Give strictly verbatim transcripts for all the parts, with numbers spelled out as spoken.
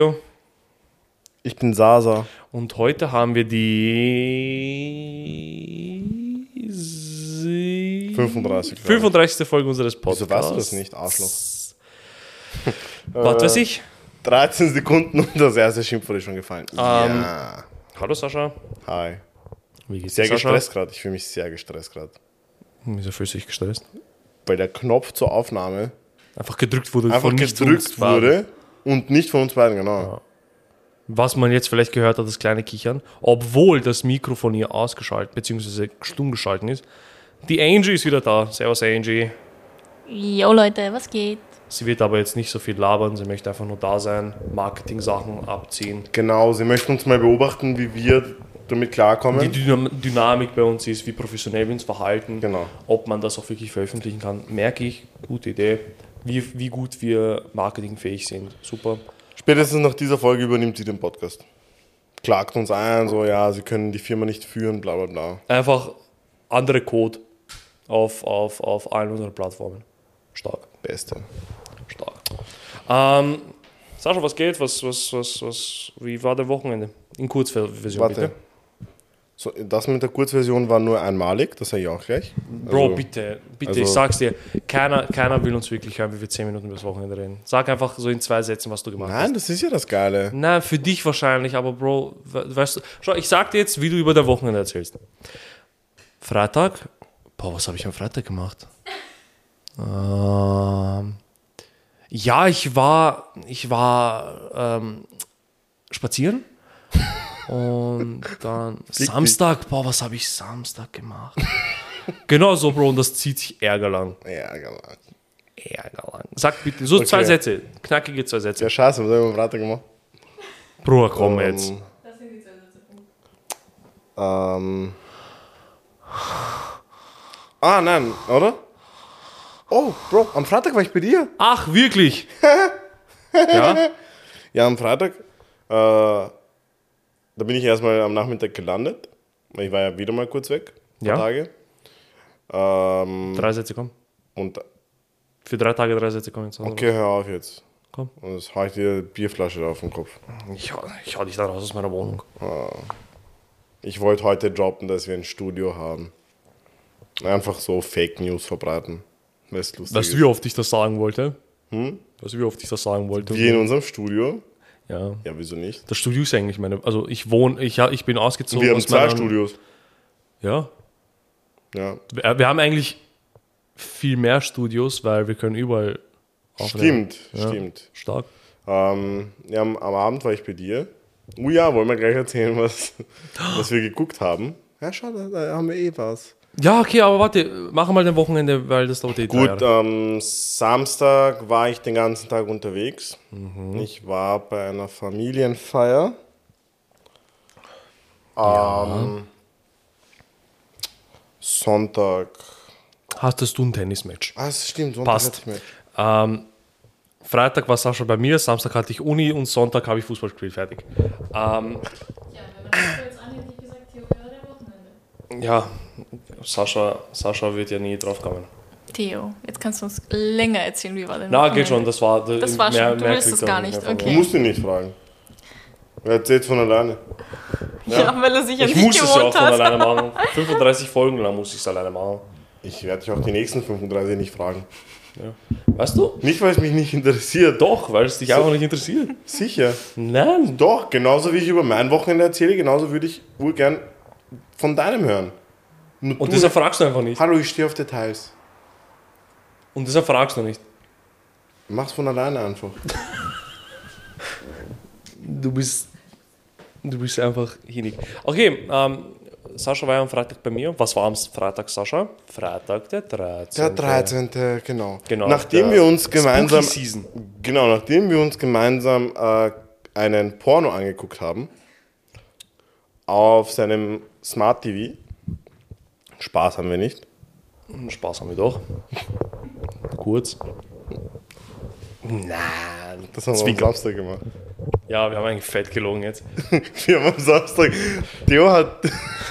Ich bin Sasa. Und heute haben wir die Sie- fünfunddreißig. fünfunddreißigste Folge unseres Podcasts. Wieso weißt du das nicht, Arschloch? Was weiß ich? dreizehn Sekunden und das erste Schimpfwort ist schon gefallen. Ähm, ja. Hallo Sascha. Hi. Wie geht's Sehr dir, Sascha? gestresst gerade. Ich fühle mich sehr gestresst gerade. Wieso fühlst du dich gestresst? Weil der Knopf zur Aufnahme Einfach gedrückt wurde einfach von nicht gedrückt uns beiden. wurde und nicht von uns beiden, genau. Ja. Was man jetzt vielleicht gehört hat, das kleine Kichern, obwohl das Mikro von ihr ausgeschaltet bzw. stumm geschalten ist. Die Angie ist wieder da. Servus Angie. Jo Leute, was geht? Sie wird aber jetzt nicht so viel labern, sie möchte einfach nur da sein, Marketing-Sachen abziehen. Genau, sie möchten uns mal beobachten, wie wir damit klarkommen. Die Dynam- Dynamik bei uns ist, wie professionell wir uns verhalten, Genau. ob man das auch wirklich veröffentlichen kann, merke ich, gute Idee, wie, wie gut wir marketingfähig sind, super. Spätestens nach dieser Folge übernimmt sie den Podcast. Klagt uns ein, so, ja, sie können die Firma nicht führen, bla bla bla. Einfach andere Code auf, auf, auf allen unseren Plattformen. Stark, Beste. stark. Ähm, Sascha, was geht? Was, was, was, was, wie war der Wochenende? In Kurzversion, Warte. bitte. So, das mit der Kurzversion war nur einmalig, das sage ich auch gleich. Bro, Also, bitte, bitte, also- ich sag's dir, keiner, keiner will uns wirklich hören, wie wir zehn Minuten über das Wochenende reden. Sag einfach so in zwei Sätzen, was du gemacht hast. Nein, das ist ja das Geile. Nein, für dich wahrscheinlich, aber Bro, we- weißt du, schau, ich sag dir jetzt, wie du über dein Wochenende erzählst. Freitag, boah, was habe ich am Freitag gemacht? ähm, ja, ich war, ich war ähm, spazieren und dann Samstag, boah, was habe ich Samstag gemacht? Genau so, Bro, und das zieht sich ärgerlang. Ja, genau. Ärgerlang. Sag bitte, so zwei Okay. Sätze, knackige zwei Sätze. Ja, scheiße, was haben wir am Freitag gemacht? Bro, komm Ähm, jetzt. Das sind die zwei Sätze. Ähm. Ah, nein, oder? Oh, Bro, am Freitag war ich bei dir. Ach, wirklich? Ja? Ja, am Freitag. Äh, da bin ich erstmal am Nachmittag gelandet. Ich war ja wieder mal kurz weg. Ein Ja. paar Tage. Ähm, Drei Sätze, komm. und Für drei Tage drei Sätze, komm jetzt. okay, hör auf jetzt. Komm. Und jetzt hau ich dir eine Bierflasche da auf den Kopf. Ich, hau- ich hau dich da raus aus meiner Wohnung. Ich wollte heute droppen, dass wir ein Studio haben. Einfach so Fake News verbreiten. Weil es lustig Weißt du, ist. wie oft ich das sagen wollte? Hm? Weißt du, wie oft ich das sagen wollte? Wir in unserem Studio? Ja. Ja, wieso nicht? Das Studio ist eigentlich meine. Also, ich wohne, ich, ha- ich bin ausgezogen. Wir haben aus zwei meiner- Studios. Ja. Ja. Wir, wir haben eigentlich viel mehr Studios, weil wir können überall aufnehmen. Stimmt, Ja. stimmt. Stark. Ähm, ja, am, am Abend war ich bei dir. Oh ja, wollen wir gleich erzählen, was, was wir geguckt haben? Ja, schau, da, da haben wir eh was. Ja, okay, aber warte, machen mal den Wochenende, weil das dauert eh drei Gut, Jahre. am Samstag war ich den ganzen Tag unterwegs. Mhm. Ich war bei einer Familienfeier. Am Sonntag. Hattest du ein Tennismatch? Ah, das stimmt, Sonntag Passt. hatte ich mit. Ähm, Freitag war Sascha bei mir, Samstag hatte ich Uni und Sonntag habe ich Fußball gespielt, fertig. Ähm, Ja, wenn man das so jetzt anhört, hätte ich gesagt, Theo, wäre der Wochenende. ja, Sascha, Sascha wird ja nie drauf kommen. Theo, jetzt kannst du uns länger erzählen, wie war denn Na, geht schon, das war... Das war schon, du willst es gar nicht, Du okay. musst ihn nicht fragen. Er erzählt von alleine. Ja, weil er sich ja Ich nicht muss es ja auch gewohnt von hat. alleine machen. fünfunddreißig Folgen lang muss ich es alleine machen. Ich werde dich auch die nächsten fünfunddreißig nicht fragen. Weißt du? Nicht, weil es mich nicht interessiert. Doch, weil es dich einfach nicht interessiert. Sicher. Nein. Doch, genauso wie ich über mein Wochenende erzähle, genauso würde ich urgern von deinem hören. Nur Und du- deshalb fragst du einfach nicht. Hallo, ich stehe auf Details. Und deshalb fragst du nicht. Mach's von alleine einfach. Du bist... Du bist einfach hinig. Okay, ähm, Sascha war ja am Freitag bei mir. Was war am Freitag, Sascha? Freitag, der dreizehnte. Der dreizehnte, genau. Genau, Nachdem der wir uns gemeinsam, Spooky Season. genau, nachdem wir uns gemeinsam äh, einen Porno angeguckt haben auf seinem Smart T V. Spaß haben wir nicht. Spaß haben wir doch. Kurz. Nein. Das haben wir am Zwinker. Samstag gemacht. Ja, wir haben eigentlich fett gelogen jetzt. Wir haben am Samstag. Theo hat.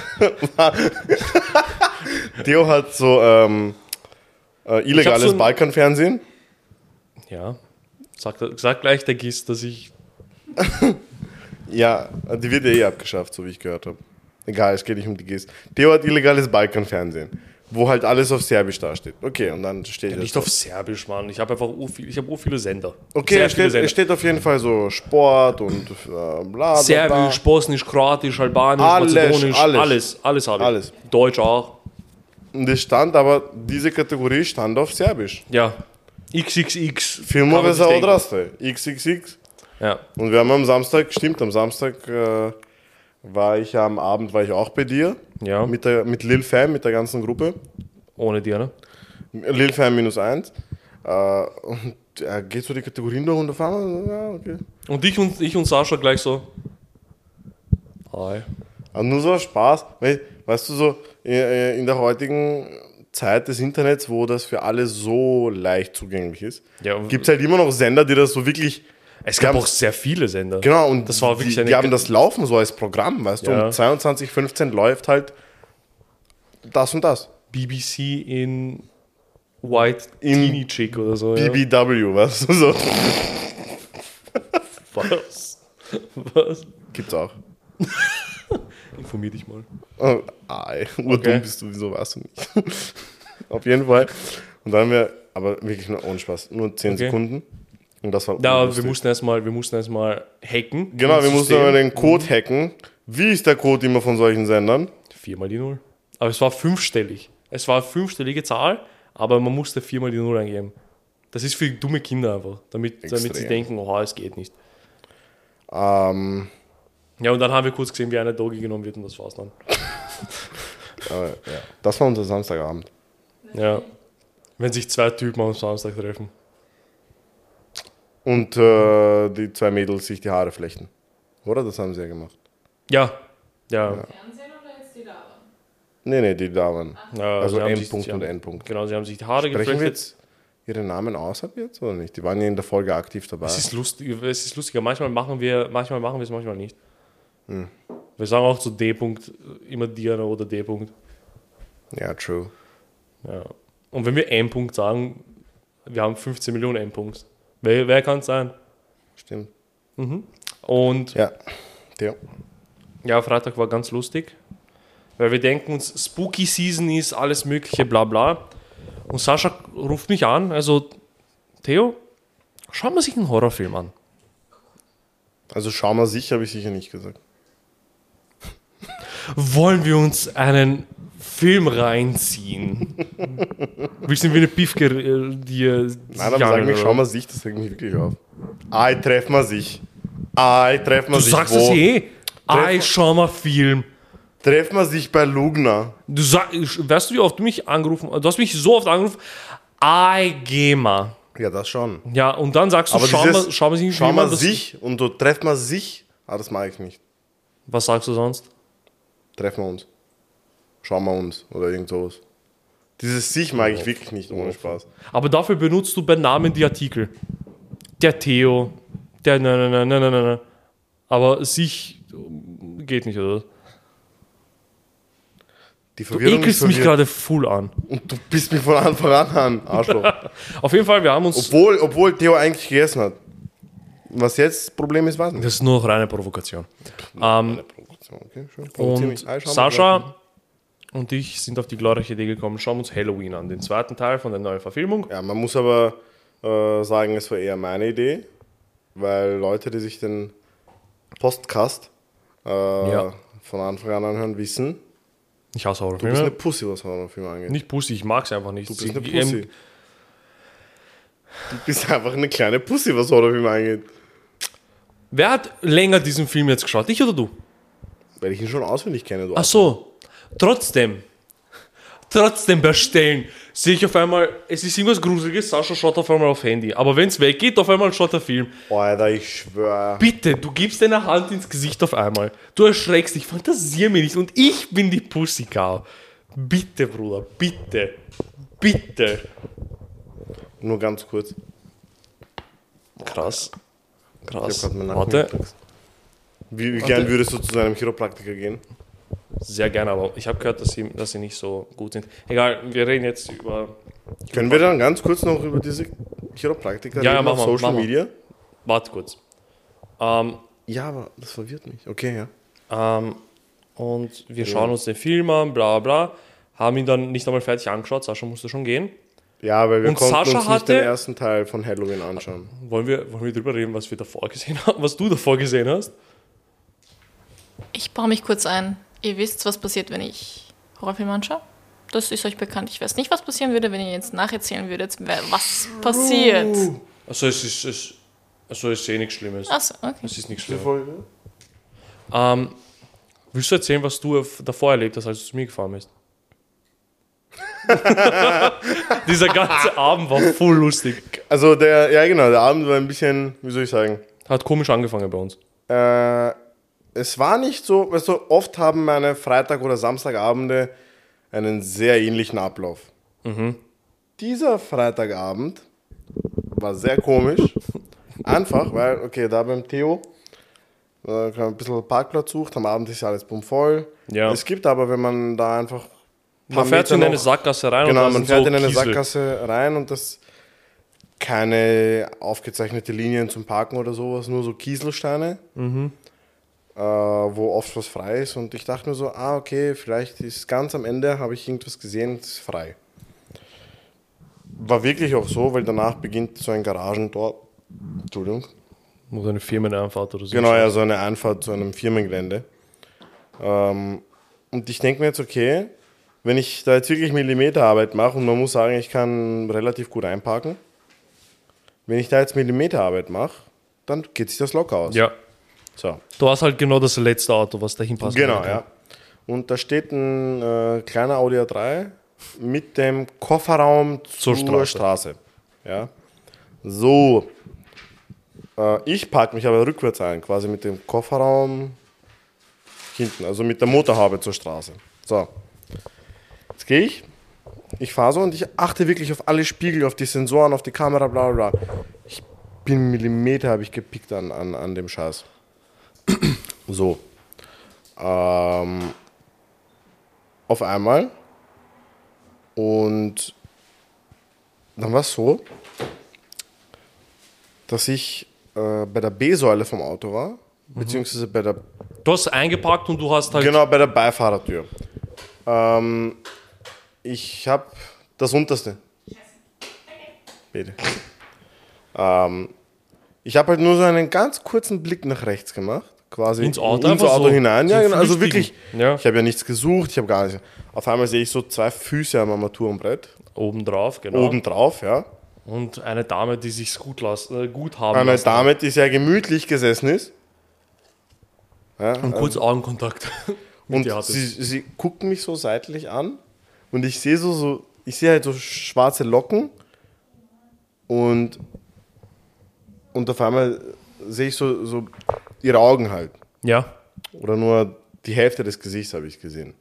Theo hat so ähm, äh, illegales so ein- Balkanfernsehen. Ja. Sag, sag gleich der Gist, dass ich Ja, die wird ja eh abgeschafft, so wie ich gehört habe. Egal, es geht nicht um die Geste. Theo hat illegales Balkanfernsehen, wo halt alles auf Serbisch dasteht. Okay, und dann steht Ja, es nicht auf Serbisch, Mann. Ich habe einfach ur viel, ich habe ur viele Sender. Okay, Sehr es viele steht, Sender. es steht auf jeden Fall so Sport und äh, bla, bla, Serbisch, bla. Bosnisch, Kroatisch, Albanisch, Alles, Mazedonisch, alles. alles, alles habe ich. Alles. Deutsch auch. Und es stand aber, diese Kategorie stand auf Serbisch. Ja. X X X. Filmove Kann man za sich denken. odrasle. X X X. Ja. Und wir haben am Samstag, stimmt, am Samstag äh, war ich am Abend, war ich auch bei dir. Ja. Mit, der, mit Lil Fam, mit der ganzen Gruppe. Ohne dir, ne? Lil Fam minus eins. Äh, und er geht so die Kategorien durch und auf einmal, ja, okay. Und ich und, ich und Sascha gleich so. Hi. Aber nur so aus Spaß, weil, weißt du, so äh, in der heutigen Zeit des Internets, wo das für alle so leicht zugänglich ist, Ja, gibt es halt immer noch Sender, die das so wirklich. Es die gab haben- auch sehr viele Sender. Genau, und Das war wirklich die, eine- die haben das Laufen so als Programm, weißt du, Ja. um zweiundzwanzig Uhr fünfzehn läuft halt das und das. B B C in White In Teeny Chick oder so. B Ja. B W, weißt du, so. Was? Was? Gibt's auch. Informier dich mal. Oh, ei, urdumm Okay. bist du, wieso weißt du nicht? Auf jeden Fall. Und dann haben wir, aber wirklich nur ohne Spaß, nur zehn Okay. Sekunden. Und das war Ja, wir urlustig. mussten erstmal, wir mussten erstmal hacken. Genau, ins wir mussten System. aber den Code hacken. Wie ist der Code immer von solchen Sendern? Viermal die Null. Aber es war fünfstellig. Es war eine fünfstellige Zahl, aber man musste viermal die Null eingeben. Das ist für dumme Kinder einfach, damit, damit sie Extrem. denken, oh, es geht nicht. Ähm, Ja, und dann haben wir kurz gesehen, wie eine Dogi genommen wird und das war's dann. äh, ja. Das war unser Samstagabend. Ja. Wenn sich zwei Typen am Samstag treffen. Und äh, die zwei Mädels sich die Haare flechten. Oder? Das haben sie ja gemacht. Ja. Ja. Fernsehen oder jetzt die da waren? Nee, nee, die da waren. ja Also sie haben M-Punkt sich- und sie haben- N-Punkt. Genau, sie haben sich die Haare Sprechen wir geflechtet. jetzt ihre Namen aus ab jetzt oder nicht? Die waren ja in der Folge aktiv dabei. Es ist, lustig, es ist lustiger. Manchmal machen wir, manchmal machen wir es, manchmal nicht. Wir sagen auch zu D. -Punkt immer Diana oder D. -Punkt. Ja, true. Ja. Und wenn wir M. -Punkt sagen, wir haben fünfzehn Millionen M. -Punkts. Wer, wer kann es sein? Stimmt. Und Ja. Theo. ja, Freitag war ganz lustig, weil wir denken uns, Spooky Season ist alles mögliche, bla bla. Und Sascha ruft mich an, also Theo, schauen wir sich einen Horrorfilm an. Also schau mal sich, habe ich sicher nicht gesagt. Wollen wir uns einen Film reinziehen? Willst du wie eine Pifke äh, dir Nein, aber sag mir, schau mal sich, das regt mich wirklich auf. Ah, ich treff mal sich. Ah, ich treff mal Du sich sagst wo? es eh. Ei, schau mal Film. Treff mal sich bei Lugner. Du sag, weißt du, wie oft du mich angerufen hast? Du hast mich so oft angerufen. Ei, geh mal. Ja, das schon. Ja, und dann sagst du, Aber schau, dieses, mal, schau mal sich einen schau Film mal an, das- sich und du treff mal sich. Ah, das mag ich nicht. Was sagst du sonst? Treffen wir uns. Schauen wir uns oder irgend sowas. Dieses sich mag ich wirklich nicht, ohne Spaß. Aber dafür benutzt du bei Namen die Artikel. Der Theo, der nein, nein, nein, nein, nein, nein. Aber sich geht nicht, oder? Die Du Verwirrung ist ekelst mich verwirrt. gerade full an. Und du bist mir von Anfang an an, Arschloch. Auf jeden Fall, wir haben uns... obwohl, obwohl Theo eigentlich gegessen hat. Was jetzt das Problem ist, weiß nicht. Das ist nur noch reine Provokation. Ähm, Eine Provokation, okay, schön. Provozier und mich. Ah, schau mal, Sascha und ich sind auf die glorreiche Idee gekommen, schauen wir uns Halloween an, den zweiten Teil von der neuen Verfilmung. Ja, man muss aber äh, sagen, es war eher meine Idee, weil Leute, die sich den Podcast äh, Ja. von Anfang an anhören, wissen, Ich hasse du bist Horrorfilme. eine Pussy, was Horrorfilme angeht. Nicht Pussy, ich mag es einfach nicht. Du bist eine Ich- Pussy. ähm, Du bist einfach eine kleine Pussy, was Horrorfilme angeht. Wer hat länger diesen Film jetzt geschaut? Ich oder du? Weil ich ihn schon auswendig kenne. Du Ach so, trotzdem. Trotzdem bestellen. Sehe ich auf einmal, es ist irgendwas Gruseliges, Sascha schaut auf einmal auf Handy. Aber wenn es weggeht, auf einmal schaut der Film. Alter, ich schwöre. Bitte, du gibst deine Hand ins Gesicht auf einmal. Du erschreckst dich, fantasier mir nicht. Und ich bin die Pussy-Cow. Bitte, Bruder, bitte. Bitte. Nur ganz kurz. Krass. Ich Krass. hab grad meinen Nacken Warte, geknackst. Wie, wie gern würdest du zu einem Chiropraktiker gehen? sehr gerne, aber ich habe gehört, dass sie, dass sie nicht so gut sind. Egal, wir reden jetzt über... Können wir dann ganz kurz noch über diese Chiropraktiker Ja, ja, reden mach auf mal, Social mach mal. Media? Warte kurz. Ähm, Ja, aber das verwirrt mich. Okay, ja. Ähm, und wir schauen uns den Film an, bla bla. Haben ihn dann nicht einmal fertig angeschaut. Sascha musste schon gehen. Ja, weil wir Und konnten Sascha uns hatte- nicht den ersten Teil von Halloween anschauen. Wollen wir, wollen wir drüber reden, was wir davor gesehen haben? Was du davor gesehen hast? Ich baue mich kurz ein. Ihr wisst, was passiert, wenn ich Horrorfilme anschaue? Das ist euch bekannt. Ich weiß nicht, was passieren würde, wenn ihr jetzt nacherzählen würdet, was passiert. Also es ist, es, also es ist eh nichts Schlimmes. Achso, okay. Es ist nichts Die Schlimmes. Folge? Ähm, willst du erzählen, was du davor erlebt hast, als du zu mir gefahren bist? Dieser ganze Abend war voll lustig. Also der, ja genau, der Abend war ein bisschen, wie soll ich sagen, Hat komisch angefangen bei uns. äh, es war nicht so, weißt du, oft haben meine Freitag- oder Samstagabende einen sehr ähnlichen Ablauf. Dieser Freitagabend war sehr komisch. Einfach, weil, okay, da beim Theo, da kann man ein bisschen Parkplatz sucht, am Abend ist ja alles bummvoll. Ja. Es gibt aber, wenn man da einfach ein paar Man fährt Meter in eine noch- Sackgasse rein Genau, und da man sind fährt so in eine Kiesel. Sackgasse rein und das keine aufgezeichnete Linien zum Parken oder sowas, nur so Kieselsteine, äh, wo oft was frei ist. Und ich dachte mir so, ah, okay, vielleicht ist ganz am Ende, habe ich irgendwas gesehen, das ist frei. War wirklich auch so, weil danach beginnt so ein Garagentor. Entschuldigung. Oder eine Firmeneinfahrt oder so. Genau, ja, so eine Einfahrt zu einem Firmengelände. Ähm, und ich denke mir jetzt, okay, wenn ich da jetzt wirklich Millimeterarbeit mache und man muss sagen, ich kann relativ gut einparken, wenn ich da jetzt Millimeterarbeit mache, dann geht sich das locker aus. Ja. So. Du hast halt genau das letzte Auto, was dahin passt. Genau, ja. Und da steht ein äh, kleiner Audi A drei mit dem Kofferraum zur, Zur Straße. Straße. Ja. So. Äh, ich parke mich aber rückwärts ein, quasi mit dem Kofferraum hinten, also mit der Motorhaube zur Straße. So. Jetzt gehe ich. Ich fahre so und ich achte wirklich auf alle Spiegel, auf die Sensoren, auf die Kamera, bla bla bla. Ich bin Millimeter, habe ich gepickt an, an, an dem Scheiß. So. Ähm, auf einmal. Und dann war es so, dass ich äh, bei der B-Säule vom Auto war, beziehungsweise bei der, Du hast eingeparkt und du hast halt. genau bei der Beifahrertür. Ähm, ich habe das unterste. Bitte. Ähm, ich habe halt nur so einen ganz kurzen Blick nach rechts gemacht, quasi Ins Auto ins einfach Auto so, hinein. so Ja, genau, also flüchtigen. wirklich. Ja. Ich habe ja nichts gesucht, ich habe gar nichts. Auf einmal sehe ich so zwei Füße am Armaturenbrett, Obendrauf, genau. oben drauf, ja. Und eine Dame, die sich gut, las äh, gut haben Eine lassen. Dame, die sehr gemütlich gesessen ist. Ja, Und kurz Augenkontakt. mit und dir hatte. sie, sie guckt mich so seitlich an und ich sehe so, so, ich sehe halt so schwarze Locken und, und auf einmal sehe ich so, so ihre Augen halt. Ja. Oder nur die Hälfte des Gesichts habe ich gesehen.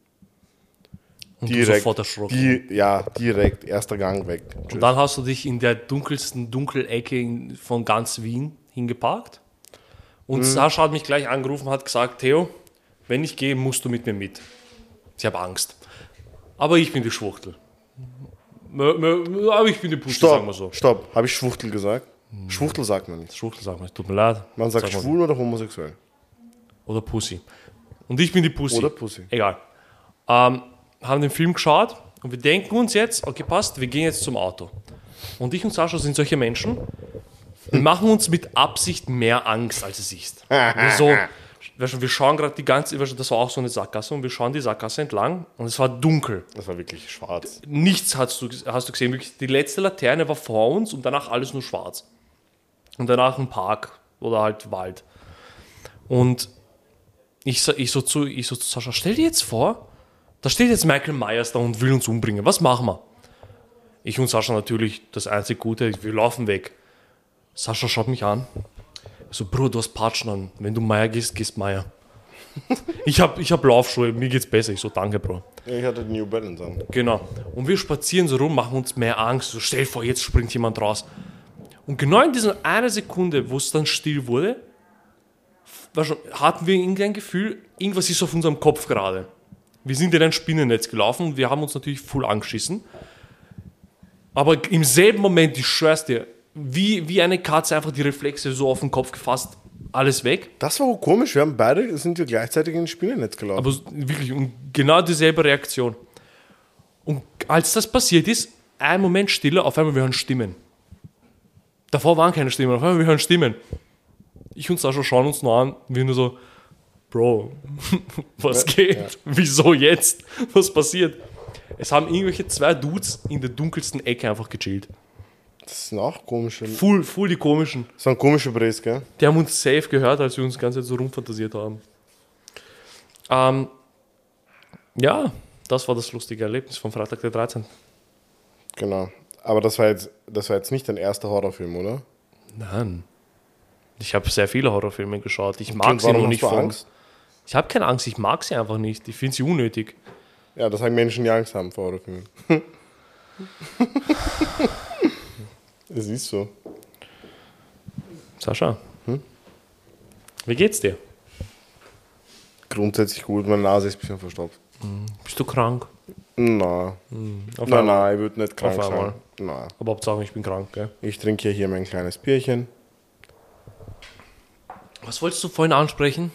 Und du sofort erschrocken. Die, ja, direkt, erster Gang weg. Tschüss. Und dann hast du dich in der dunkelsten Dunkelecke in, von ganz Wien hingeparkt. Und Sascha hat mich gleich angerufen und hat gesagt, Theo, wenn ich gehe, musst du mit mir mit. Ich habe Angst. Aber ich bin die Schwuchtel. Mö- mö- Aber ich bin die Pussy, sagen wir Stopp, so. stopp. Habe ich Schwuchtel gesagt? Schwuchtel sagt man nicht. Schwuchtel sagt man, es tut mir leid. Man sagt Sag mal. schwul oder homosexuell. Oder Pussy. Und ich bin die Pussy. Oder Pussy. Egal. Ähm, haben den Film geschaut und wir denken uns jetzt, okay, passt, wir gehen jetzt zum Auto. Und ich und Sascha sind solche Menschen, wir machen uns mit Absicht mehr Angst, als es ist. Wir, so, weißt du, wir schauen gerade die ganze, weißt du, das war auch so eine Sackgasse und wir schauen die Sackgasse entlang und es war dunkel. Das war wirklich schwarz. Nichts hast du, hast du gesehen. Wirklich, die letzte Laterne war vor uns und danach alles nur schwarz. Und danach ein Park oder halt Wald. Und ich, so- ich, so zu, ich so zu Sascha, stell dir jetzt vor, da steht jetzt Michael Myers da und will uns umbringen. Was machen wir? Ich und Sascha natürlich das einzig Gute, wir laufen weg. Sascha schaut mich an. So, Bro, du hast Patschen an. Wenn du Meier gehst, gehst Meier. ich habe ich hab Laufschuhe, mir geht's besser. Ich so, danke, Bro. Ich hatte New Balance an. Genau. Und wir spazieren so rum, machen uns mehr Angst. So, stell dir vor, jetzt springt jemand raus. Und genau in dieser eine Sekunde, wo es dann still wurde, weißt du, hatten wir irgendein Gefühl, irgendwas ist auf unserem Kopf gerade. Wir sind in ein Spinnennetz gelaufen und wir haben uns natürlich voll angeschissen. Aber im selben Moment, ich schwör's dir, wie, wie eine Katze einfach die Reflexe so auf den Kopf gefasst, alles weg. Das war auch komisch, wir haben beide, sind wir gleichzeitig ins Spinnennetz gelaufen. Aber wirklich, und genau dieselbe Reaktion. Und als das passiert ist, ein Moment Stille, auf einmal wir hören Stimmen. Davor waren keine Stimmen, auf einmal wir hören Stimmen. Ich und Sascha schauen uns nur an, wir nur so, Bro, was Ja, geht? ja. Wieso jetzt? Was passiert? Es haben irgendwelche zwei Dudes in der dunkelsten Ecke einfach gechillt. Das sind auch komische, das Full, full die komischen. sind komische Brees, gell? Die haben uns safe gehört, als wir uns die ganze Zeit so rumfantasiert haben. Ähm, ja, das war das lustige Erlebnis vom Freitag der dreizehnten. Genau. Aber das war jetzt, das war jetzt nicht dein erster Horrorfilm, oder? Nein. Ich habe sehr viele Horrorfilme geschaut. Ich mag Und sie warum nur hast nicht du von. Angst? Ich habe keine Angst, ich mag sie einfach nicht. Ich finde sie unnötig. Ja, das sagen Menschen, die Angst haben vor Horrorfilmen. Es ist so. Sascha, wie geht's dir? Grundsätzlich gut, meine Nase ist ein bisschen verstopft. Bist du krank? Nein. Auf Nein, einmal. nein, ich würde nicht krank Auf einmal. sein. Nein. Aber Hauptsache, ich bin krank, gell? Ich trinke hier, hier mein kleines Bierchen. Was wolltest du vorhin ansprechen?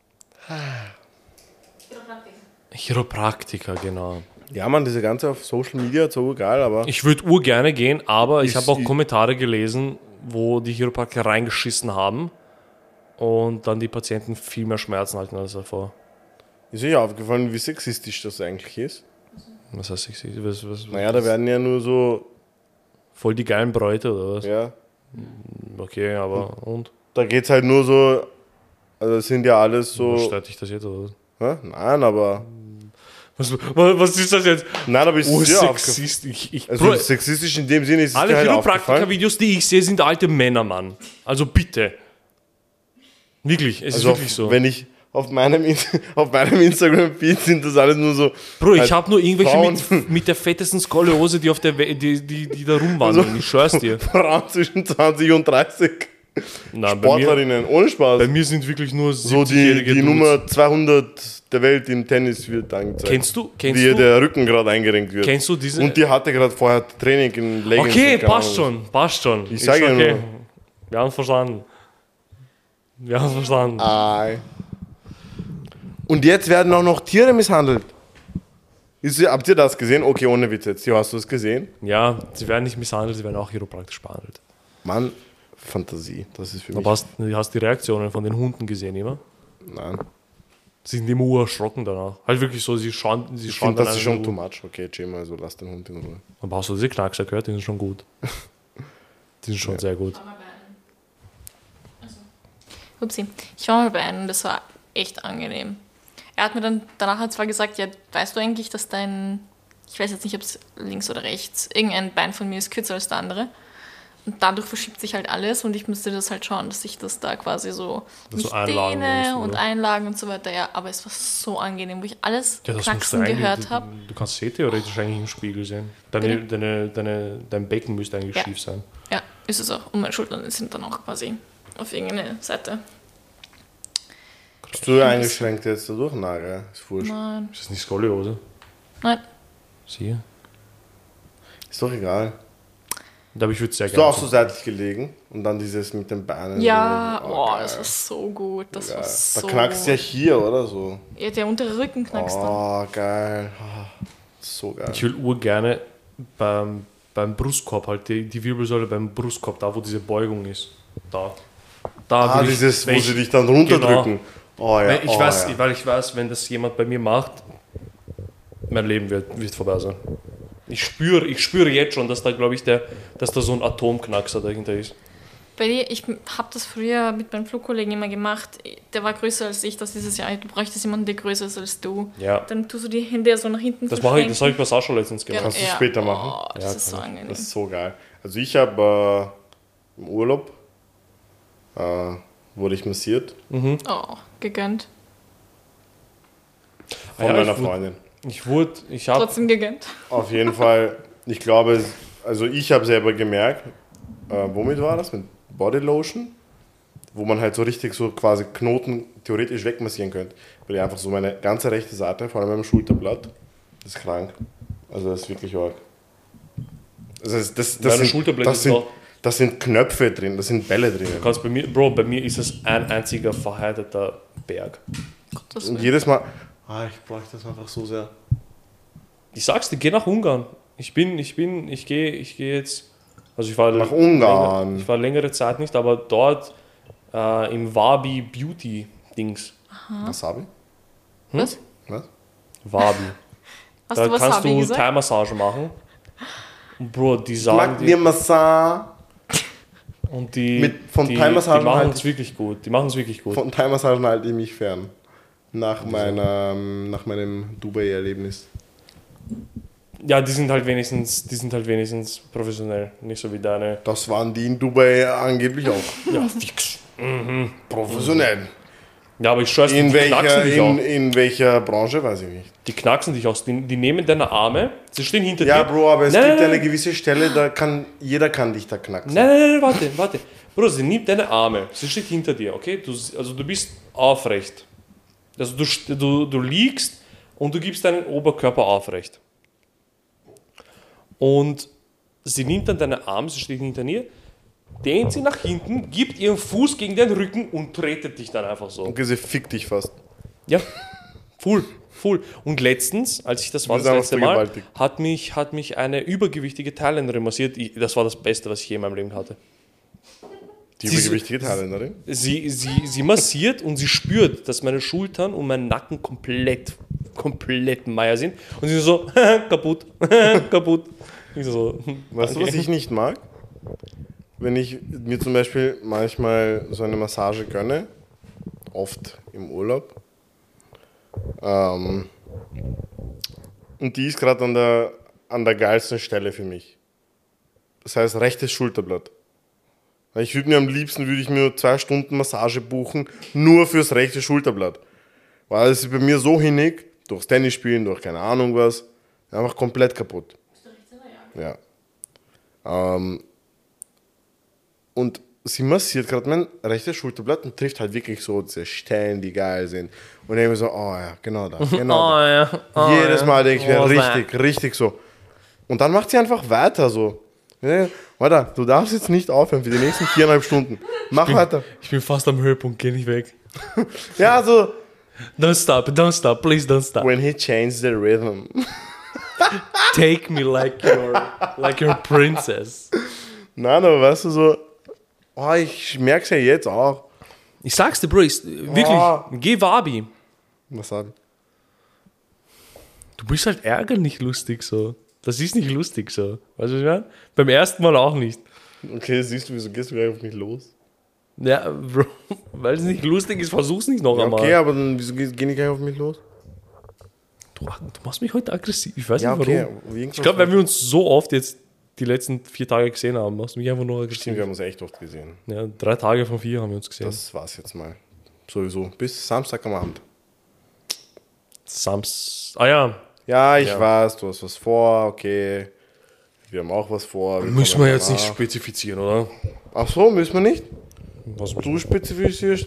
Chiropraktiker, genau. Ja, man, diese ganze auf Social Media, so geil, aber Ich würde urgerne gehen, aber ich Ich- habe auch ich- Kommentare gelesen, wo die Chiropraktiker reingeschissen haben und dann die Patienten viel mehr Schmerzen hatten als davor. ist euch aufgefallen, wie sexistisch das eigentlich ist? Was heißt ich? Was, was, Naja, da werden ja nur so, voll die geilen Bräute oder was? ja, Okay, aber und? da geht's halt nur so, also es sind ja alles So. so, Stört dich das jetzt oder was? hä? Nein, aber, Was, was ist das jetzt? nein, aber ist Oh, es dir aufgefallen? sexist. Ich, ich, Also Bro, sexistisch in dem Sinne ist es alle dir halt aufgefallen. Chiropraktiker-Videos, die ich sehe, sind alte Männer, Mann. Also bitte. Wirklich, es Also ist wirklich so. wenn ich auf meinem, In- auf meinem Instagram-Feed sind das alles nur so, Bro, ich halt habe nur irgendwelche Frauen. mit, mit der fettesten Skoliose, die auf der We die, die, die da rumwandern. Also- ich schwör's dir. Frauen zwischen zwanzig und dreißig, Nein, bei mir, Sportlerinnen, ohne Spaß. bei mir sind wirklich nur So die, siebzigjährige die Dudes. Nummer zweihundert der Welt im Tennis wird angezeigt. Kennst du, kennst wie ihr du, der Rücken gerade eingerenkt wird. kennst du diese... Und die hatte gerade vorher Training in Leggings. okay, und keine passt Ahnung. schon, passt schon. Ich Ist sage ja okay. nur. Wir haben verstanden. Wir haben verstanden. Ei. Und jetzt werden auch noch Tiere misshandelt. Ist, habt ihr das gesehen? Okay, ohne Witz jetzt. Ja, hast du es gesehen? Ja, sie werden nicht misshandelt, sie werden auch chiropraktisch behandelt. Mann, Fantasie. Das ist für mich. Aber hast, du hast die Reaktionen von den Hunden gesehen, immer? Nein. Sie sind immer urerschrocken danach. Halt wirklich so, sie schauen, sie Ich schauen finde, das ist einen schon so- too much. Okay, Jim, also lass den Hund in Ruhe. Aber hast du diese Knackser gehört? Die sind schon gut. Die sind schon sehr gut. Upsi. Ich war mal bei einem, das war echt angenehm. Er hat mir dann danach zwar gesagt, ja, weißt du eigentlich, dass dein, ich weiß jetzt nicht, ob es links oder rechts, irgendein Bein von mir ist kürzer als der andere. Und dadurch verschiebt sich halt alles und ich müsste das halt schauen, dass ich das da quasi so Dass mich du Einlagen dehne nimmst, und oder? Einlagen und so weiter. Ja, aber es war so angenehm, wo ich alles Ja, das musst du knacksen eigentlich- gehört du, habe. du kannst sie theoretisch eigentlich im Spiegel sehen. Deine, Bitte? deine, deine, dein Becken müsste eigentlich Ja. schief sein. Ja, ist es auch. Und meine Schultern sind dann auch quasi auf irgendeine Seite. Bist du eingeschränkt jetzt dadurch? Nein, gell? Ist wurscht. Nein, Ist das nicht Skoliose? nein. Siehe. Ist doch egal. Da habe ich würde sehr Bist du gerne. auch so seitlich gelegen und dann dieses mit den Beinen. Ja, so, oh, geil. das war so gut. Das Geil. war so Da knackst du ja hier, oder so. Ja, der untere Rücken knackst dann. Oh, geil. Oh, so geil. Ich will urgerne beim, beim Brustkorb, halt die, die Wirbelsäule beim Brustkorb, da wo diese Beugung ist. Da. Da Ah, will ich- dieses, wenn wo ich- sie dich dann runterdrücken. Oh ja. Weil ich, oh, weiß, ja. weil ich weiß, wenn das jemand bei mir macht, mein Leben wird, wird vorbei sein. Ich spüre, ich spüre jetzt schon, dass da, glaube ich, der, dass da so ein Atomknackser dahinter ist. Bei dir, ich habe das früher mit meinem Flugkollegen immer gemacht. Der war größer als ich. Das dieses Jahr, du bräuchtest jemanden, der größer ist als du. Ja. Dann tust du die Hände so nach hinten Das mache ich, das habe verschränken. ich bei Sascha letztens gemacht. Kannst du Ja. später machen? Oh, das Ja, ist so kann angenehm. Das ist so geil. Also ich habe äh, im Urlaub äh, wurde ich massiert Oh, gegönnt. von Ja, meiner ich wurde- Freundin. Ich wurde, ich habe, Trotzdem gegönnt. Auf jeden Fall, ich glaube, also ich habe selber gemerkt, äh, womit war das? Mit Bodylotion, wo man halt so richtig so quasi Knoten theoretisch wegmassieren könnte. Weil ich einfach so meine ganze rechte Seite, vor allem am Schulterblatt, das ist krank. Also das ist wirklich arg. Also das, das, das, Meine sind, Schulterblätter das, sind sind, auch- Da sind Knöpfe drin, da sind Bälle drin. Du kannst bei mir, Bro, bei mir ist es ein einziger verheideter Berg. Gottes Und Mhm. Willen. jedes Mal, ah, ich brauche das einfach so sehr. Ich sag's dir, geh nach Ungarn. Ich bin, ich bin, ich gehe, ich gehe jetzt. Also ich war Nach Ungarn. Länger, ich war längere Zeit nicht, aber dort äh, im Wabi Beauty Dings. Wasabi? Was? Was? Wabi. Hast Da du was kannst habe du gesagt? Thai-Massage machen. Und Bro, die sagen Mag mir die, Massage. und die, Mit- von die, Thai-Massagen die machen halt- es wirklich gut. Die machen es wirklich gut. Von Thai-Massagen halte ich mich fern. Nach, meiner, nach meinem Dubai-Erlebnis. Ja, die sind halt wenigstens, die sind halt wenigstens professionell, nicht so wie deine. Das waren die in Dubai angeblich auch. Ja, fix. Professionell. Ja, aber ich schwör's dir, In die knacksen welcher, dich in, auch. in welcher Branche, weiß ich nicht. Die knacksen dich aus. Die, die nehmen deine Arme, sie stehen hinter Ja, dir. Bro, aber es Nein, gibt nein, eine nein. gewisse Stelle, da kann jeder kann dich da knacken. Nein, nein, nein, warte, warte. Bro, sie nimmt deine Arme, sie steht hinter dir, okay? Du, also du bist aufrecht. Also du, st- du, du liegst und du gibst deinen Oberkörper aufrecht. Und sie nimmt dann deine Arme, sie steht hinter dir, dehnt sie nach hinten, gibt ihren Fuß gegen den Rücken und tretet dich dann einfach so. Okay, sie fickt dich fast. Ja, full, full. Und letztens, als ich das war, Du das bist letzte einfach Mal, vergewaltigt. hat mich, hat mich eine übergewichtige Thailänderin massiert. Ich, das war das Beste, was ich je in meinem Leben hatte. Die Sie- übergewichtige Thailänderin. Sie, sie, sie massiert und sie spürt, dass meine Schultern und mein Nacken komplett, komplett Meier sind. Und sie so, kaputt, kaputt. Ich so, Weißt du, was ich nicht mag? Wenn ich mir zum Beispiel manchmal so eine Massage gönne, oft im Urlaub, ähm, und die ist gerade an der, an der geilsten Stelle für mich. Das heißt, rechtes Schulterblatt. Weil Ich würde mir am liebsten würde ich mir nur zwei Stunden Massage buchen, nur fürs rechte Schulterblatt. Weil es ist bei mir so hinnig, durchs Tennisspielen, durch keine Ahnung was, einfach komplett kaputt. Ja. Ähm, und sie massiert gerade mein rechtes Schulterblatt und trifft halt wirklich so diese Stellen, die geil sind. Und ich denke mir so, oh ja, genau da, genau da. ja, oh, Jedes Mal denke ich mir, Oh, richtig, richtig so. Und dann macht sie einfach weiter so. Ja, warte, du darfst jetzt nicht aufhören für die nächsten viereinhalb Stunden. Mach weiter. Ich bin fast am Höhepunkt, geh nicht weg. Ja, so. Don't stop, don't stop, please don't stop. When he changed the rhythm. Take me like your, like your princess. Nein, aber weißt du so, oh, ich merke es ja jetzt auch. Ich sag's dir, Bro, ich, wirklich, Oh. geh Wabi. Was sagen? Du bist halt ärgerlich lustig so. Das ist nicht lustig so. Weißt du, was ich meine? Beim ersten Mal auch nicht. Okay, siehst du, wieso gehst du gleich auf mich los? Ja, Bro, weil es nicht lustig ist, versuch's nicht noch Ja, einmal. okay, aber dann wieso geh, geh nicht gleich auf mich los? Du, du machst mich heute aggressiv. Ich weiß Ja, nicht okay. warum. Irgendwas- Ich glaube, wenn wir uns so oft jetzt die letzten vier Tage gesehen haben, machst du mich einfach nur aggressiv. Stimmt, wir haben uns echt oft gesehen. Ja, drei Tage von vier haben wir uns gesehen. Das war's jetzt mal. Sowieso. Bis Samstag am Abend. Sams. Ah ja. Ja, ich Ja. weiß, du hast was vor, okay. Wir haben auch was vor. Müssen kommen wir jetzt nicht danach. spezifizieren, oder? Ach so, müssen wir nicht? Was Du spezifizierst.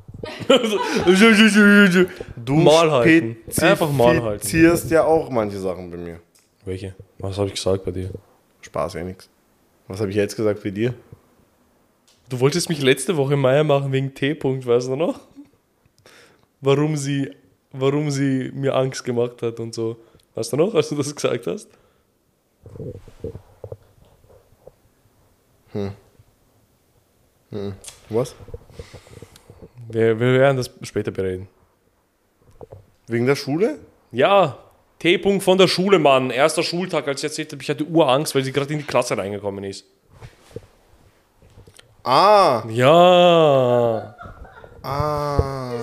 Du Mal halten. Einfach mal halten. spezifizierst ja auch manche Sachen bei mir. Welche? Was habe ich gesagt bei dir? Spaß, eh nix. Was habe ich jetzt gesagt bei dir? Du wolltest mich letzte Woche Meier machen wegen T-Punkt, weißt du noch? Warum sie, warum sie mir Angst gemacht hat und so. Weißt du noch, als du das gesagt hast? Was? Wir, wir werden das später bereden. Wegen der Schule? Ja, T-Punkt von der Schule, Mann. Erster Schultag, als ich erzählt habe, ich hatte Urangst, weil sie gerade in die Klasse reingekommen ist. Ah! Ja. Ah!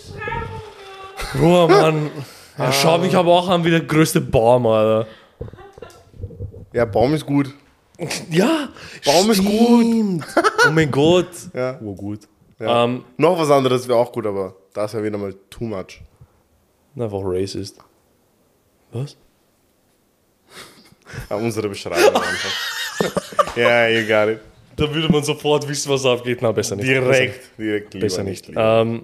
Bro, Mann. Ja, schau mich aber auch an wie der größte Baum, Alter. Ja, Baum ist gut. Ja, Baum ist gut. Oh mein Gott. Ja. Oh, gut. Ja. Ähm, Noch was anderes wäre auch gut, aber das wäre wieder mal too much. einfach racist. Was? Ja, unsere Beschreibung einfach. Ja, you got it. Da würde man sofort wissen, was abgeht. Na, besser nicht. Direkt, direkt lieber Besser nicht. lieber. Ähm,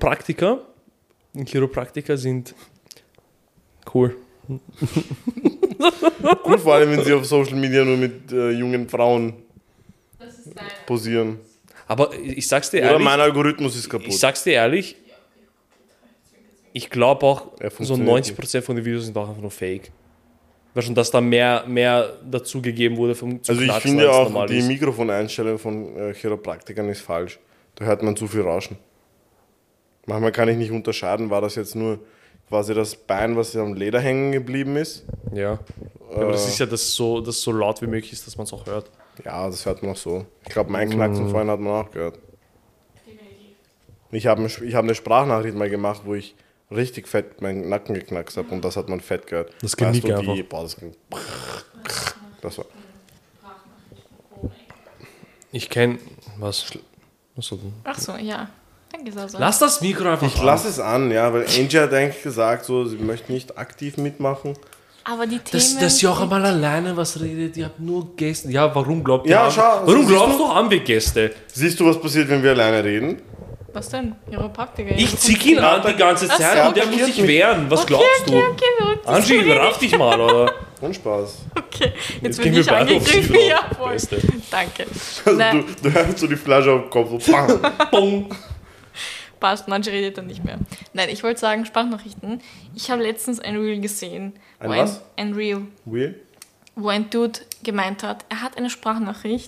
Chiropraktiker. Chiropraktiker sind cool. Gut, vor allem, wenn sie auf Social Media nur mit äh, jungen Frauen posieren. Aber ich sag's dir Oder ehrlich, mein Algorithmus ist kaputt. ich sag's dir ehrlich, ich glaube auch, Er so funktioniert neunzig Prozent von den Videos sind auch einfach nur fake. Weil schon, dass da mehr, mehr dazu gegeben wurde vom zu Also ich knacksen, finde als auch, normal die ist. Mikrofoneinstellung von äh, Chiropraktikern ist falsch. Da hört man zu viel Rauschen. Manchmal kann ich nicht unterscheiden, war das jetzt nur quasi das Bein, was am Leder hängen geblieben ist. Ja. Aber das ist ja das so, das so laut wie möglich ist, dass man es auch hört. Ja, das hört man auch so. Ich glaube, mein Knacksen vorhin hat man auch gehört. Ich habe ich hab eine Sprachnachricht mal gemacht, wo ich richtig fett meinen Nacken geknackst habe und das hat man fett gehört. Das Genick weißt du, einfach. wie, boah, das, ging, das war. Ich kenne was. Was soll denn? Ach so, ja. Danke, Sasa. Lass das Mikro einfach Ich an. lasse es an, ja, weil Angie hat eigentlich gesagt, so, sie möchte nicht aktiv mitmachen. Aber die Themen... Dass, dass sie auch einmal alleine was redet, ihr habt nur Gäste. Ja, warum glaubt ihr? Ja, haben, schau, warum siehst glaubst du? du, haben wir Gäste? Siehst du, was passiert, wenn wir alleine reden? Was denn? Chiropraktiker? Ich zick ihn an die ganze Ach Zeit so. und der muss attackiert sich mich. wehren. Was Okay, glaubst okay, du? okay, verrückt. Angie, raff dich mal, oder? Und Spaß. Okay, jetzt gehen bin wir ich beide auf sie angegriffen. drauf. Ja, voll. Beste. Danke. Also Nein, du, du hörst so die Flasche auf dem Kopf, so bam. Bong. passt, manche redet dann nicht mehr. Nein, ich wollte sagen, Sprachnachrichten. Ich habe letztens ein Reel gesehen. Ein wo was? Ein, ein Reel, Will? wo ein Dude gemeint hat, er hat eine Sprachnachricht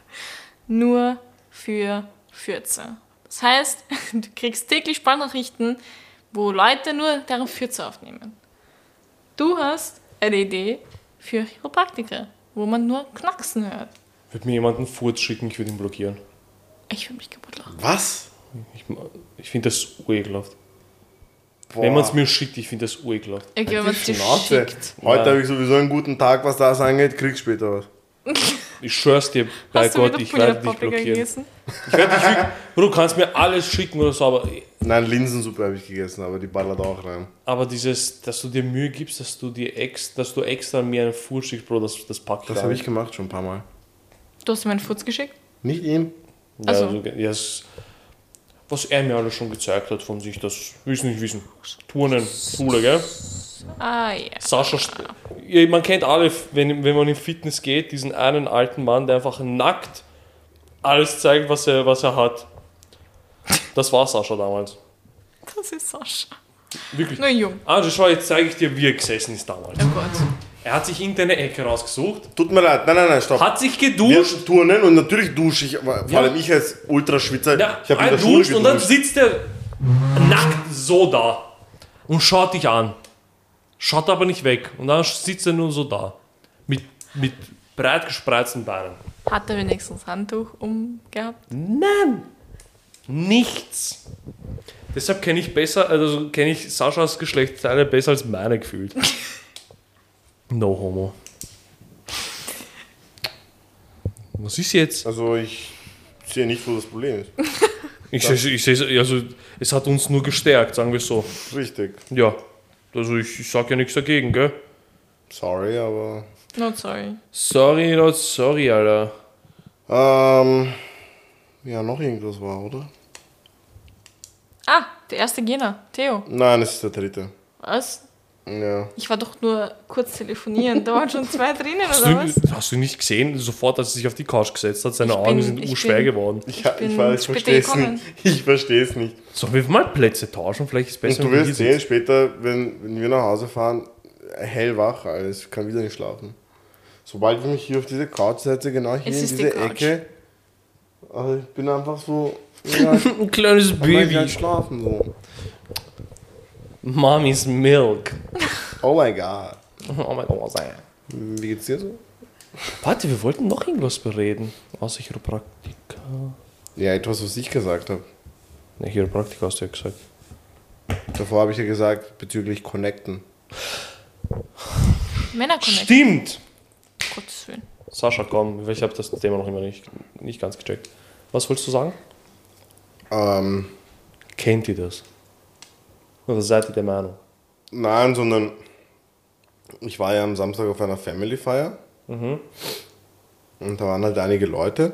nur für Fürze. Das heißt, du kriegst täglich Sprachnachrichten, wo Leute nur deren Fürze aufnehmen. Du hast eine Idee für Chiropraktiker, wo man nur Knacksen hört. Würde mir jemand einen Furz schicken, ich würde ihn blockieren. Ich würde mich kaputt lachen. Was? Ich, ich finde das urekelhaft. Boah. Wenn man es mir schickt, ich finde das urekelhaft. Okay, wenn man es dir Schnauze. schickt. Heute Ja. habe ich sowieso einen guten Tag, was das angeht, kriegst später was. Ich schwör's dir, bei Hast du Gott, wieder ich werde dich Paprika blockieren. gegessen? Ich werde dich wirklich, Bro, du kannst mir alles schicken oder so, aber, Nein, Linsensuppe habe ich gegessen, aber die ballert auch rein. aber dieses, dass du dir Mühe gibst, dass du dir ex, dass du extra mir einen Furz schickst, Bro, das, das pack ich Das gar habe nicht. ich gemacht schon ein paar Mal. Du hast mir einen Furz geschickt? Nicht ihm. Ja, Also- also, ja, es, was er mir alles schon gezeigt hat von sich, das willst du nicht wissen. Turnen, Schule, gell? Ah, ja. Sascha, St- ja, man kennt alle, wenn, wenn man in Fitness geht, diesen einen alten Mann, der einfach nackt alles zeigt, was er, was er hat. Das war Sascha damals. Das ist Sascha. Wirklich. Nur jung. Ange, schau, jetzt zeige ich dir, wie er gesessen ist damals. Oh Gott. Er hat sich irgendeine Ecke rausgesucht, Tut mir leid, nein, nein, nein, stopp. hat sich Wir geduscht, turnen und natürlich dusche ich, aber vor Ja. allem ich als Ultraschwitzer, ja, ich habe in der er Schule duscht und dann geduscht. sitzt er nackt so da und schaut dich an. Schaut aber nicht weg. Und dann sitzt er nur so da. Mit, mit breit gespreizten Beinen. Hat er wenigstens Handtuch umgehabt? Nein! Nichts! Deshalb kenne ich besser, also kenne ich Saschas Geschlechtsteile besser als meine gefühlt. No homo. Was ist jetzt? Also ich sehe nicht, wo das Problem ist. Ich, seh- ich sehe, also es hat uns nur gestärkt, sagen wir so. Richtig. Ja, also ich, ich sag ja nichts dagegen, gell? Sorry, aber... No, sorry. Sorry, not sorry, Alter. Ähm... Ja, noch irgendwas war, oder? Ah, der erste Gegner, Theo. Nein, es ist der dritte. Was? Ja. Ich war doch nur kurz telefonieren. Da waren schon zwei drinnen, Hast oder du, was? hast du nicht gesehen, sofort als er sich auf die Couch gesetzt hat, seine Ich Augen bin- sind ich urschwer bin- geworden. Ich, Ich ich, bin weiß, ich später verstehe es gekommen. nicht. Ich verstehe es nicht. Sollen wir mal Plätze tauschen? Vielleicht ist es besser, Und du wenn wir wirst hier sehen, sitzen. später, wenn, wenn wir nach Hause fahren, hellwach, alles. Ich kann wieder nicht schlafen. Sobald ich mich hier auf diese Couch setze, genau hier Es in ist die diese Couch. Ecke, also ich bin einfach so... Ja, ich Ein kleines kann nicht Baby. schlafen, so. Mommy's Milk. Oh mein Gott. Oh mein Gott, was ey. Wie geht's dir so? Warte, wir wollten noch irgendwas bereden. Außer Chiropraktika. Ja, etwas, was ich gesagt habe. Ne, Chiropraktika hast du ja gesagt. Davor habe ich ja gesagt, bezüglich Connecten. Männerconnect. Stimmt! Gottes Willen. Sascha, komm, ich habe das Thema noch immer nicht, nicht ganz gecheckt. Was wolltest du sagen? Ähm, Kennt ihr das? Oder seid ihr der Meinung? nein, sondern ich war ja am Samstag auf einer Family-Feier. Und da waren halt einige Leute.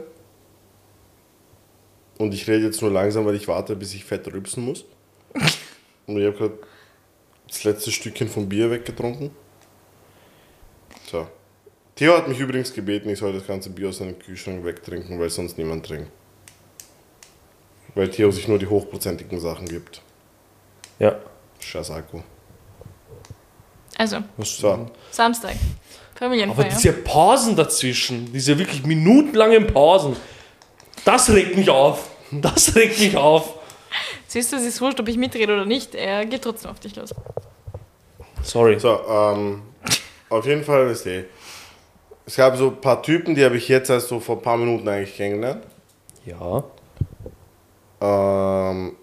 Und ich rede jetzt nur langsam, weil ich warte, bis ich fett rülpsen muss. Und ich habe gerade das letzte Stückchen vom Bier weggetrunken. So. Theo hat mich übrigens gebeten, ich soll das ganze Bier aus seinem Kühlschrank wegtrinken, weil sonst niemand trinkt. Weil Theo sich nur die hochprozentigen Sachen gibt. Ja. Scheiß Alkohol. Also, So. Samstag. Aber Familienfeier. diese Pausen dazwischen, diese wirklich minutenlangen Pausen, das regt mich auf. Das regt mich auf. Siehst du, es ist wurscht, ob ich mitrede oder nicht. Er geht trotzdem auf dich los. Sorry. So, ähm, auf jeden Fall ist eh. Es gab so ein paar Typen, die habe ich jetzt erst so vor ein paar Minuten eigentlich kennengelernt. Ja. Ähm,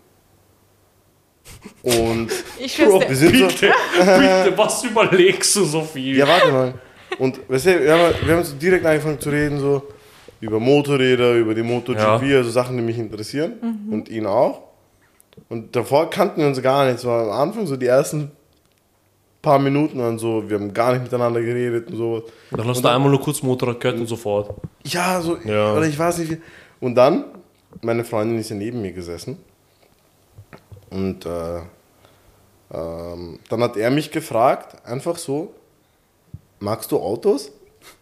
und Ich schwör's die dir. sind so, Bitte, bitte, was überlegst du so viel? ja, warte mal. Und weißt du, wir haben, wir haben so direkt angefangen zu reden, so über Motorräder, über die MotoGP, Ja. also Sachen, die mich interessieren und ihn auch. Und davor kannten wir uns gar nicht. So am Anfang, so die ersten paar Minuten waren so, wir haben gar nicht miteinander geredet und so. Dann hast Und du dann- einmal nur kurz Motorrad gehört und sofort. Ja, so, Ja. oder ich weiß nicht wie. Und dann, meine Freundin ist ja neben mir gesessen. Und äh, ähm, dann hat er mich gefragt, einfach so, magst du Autos?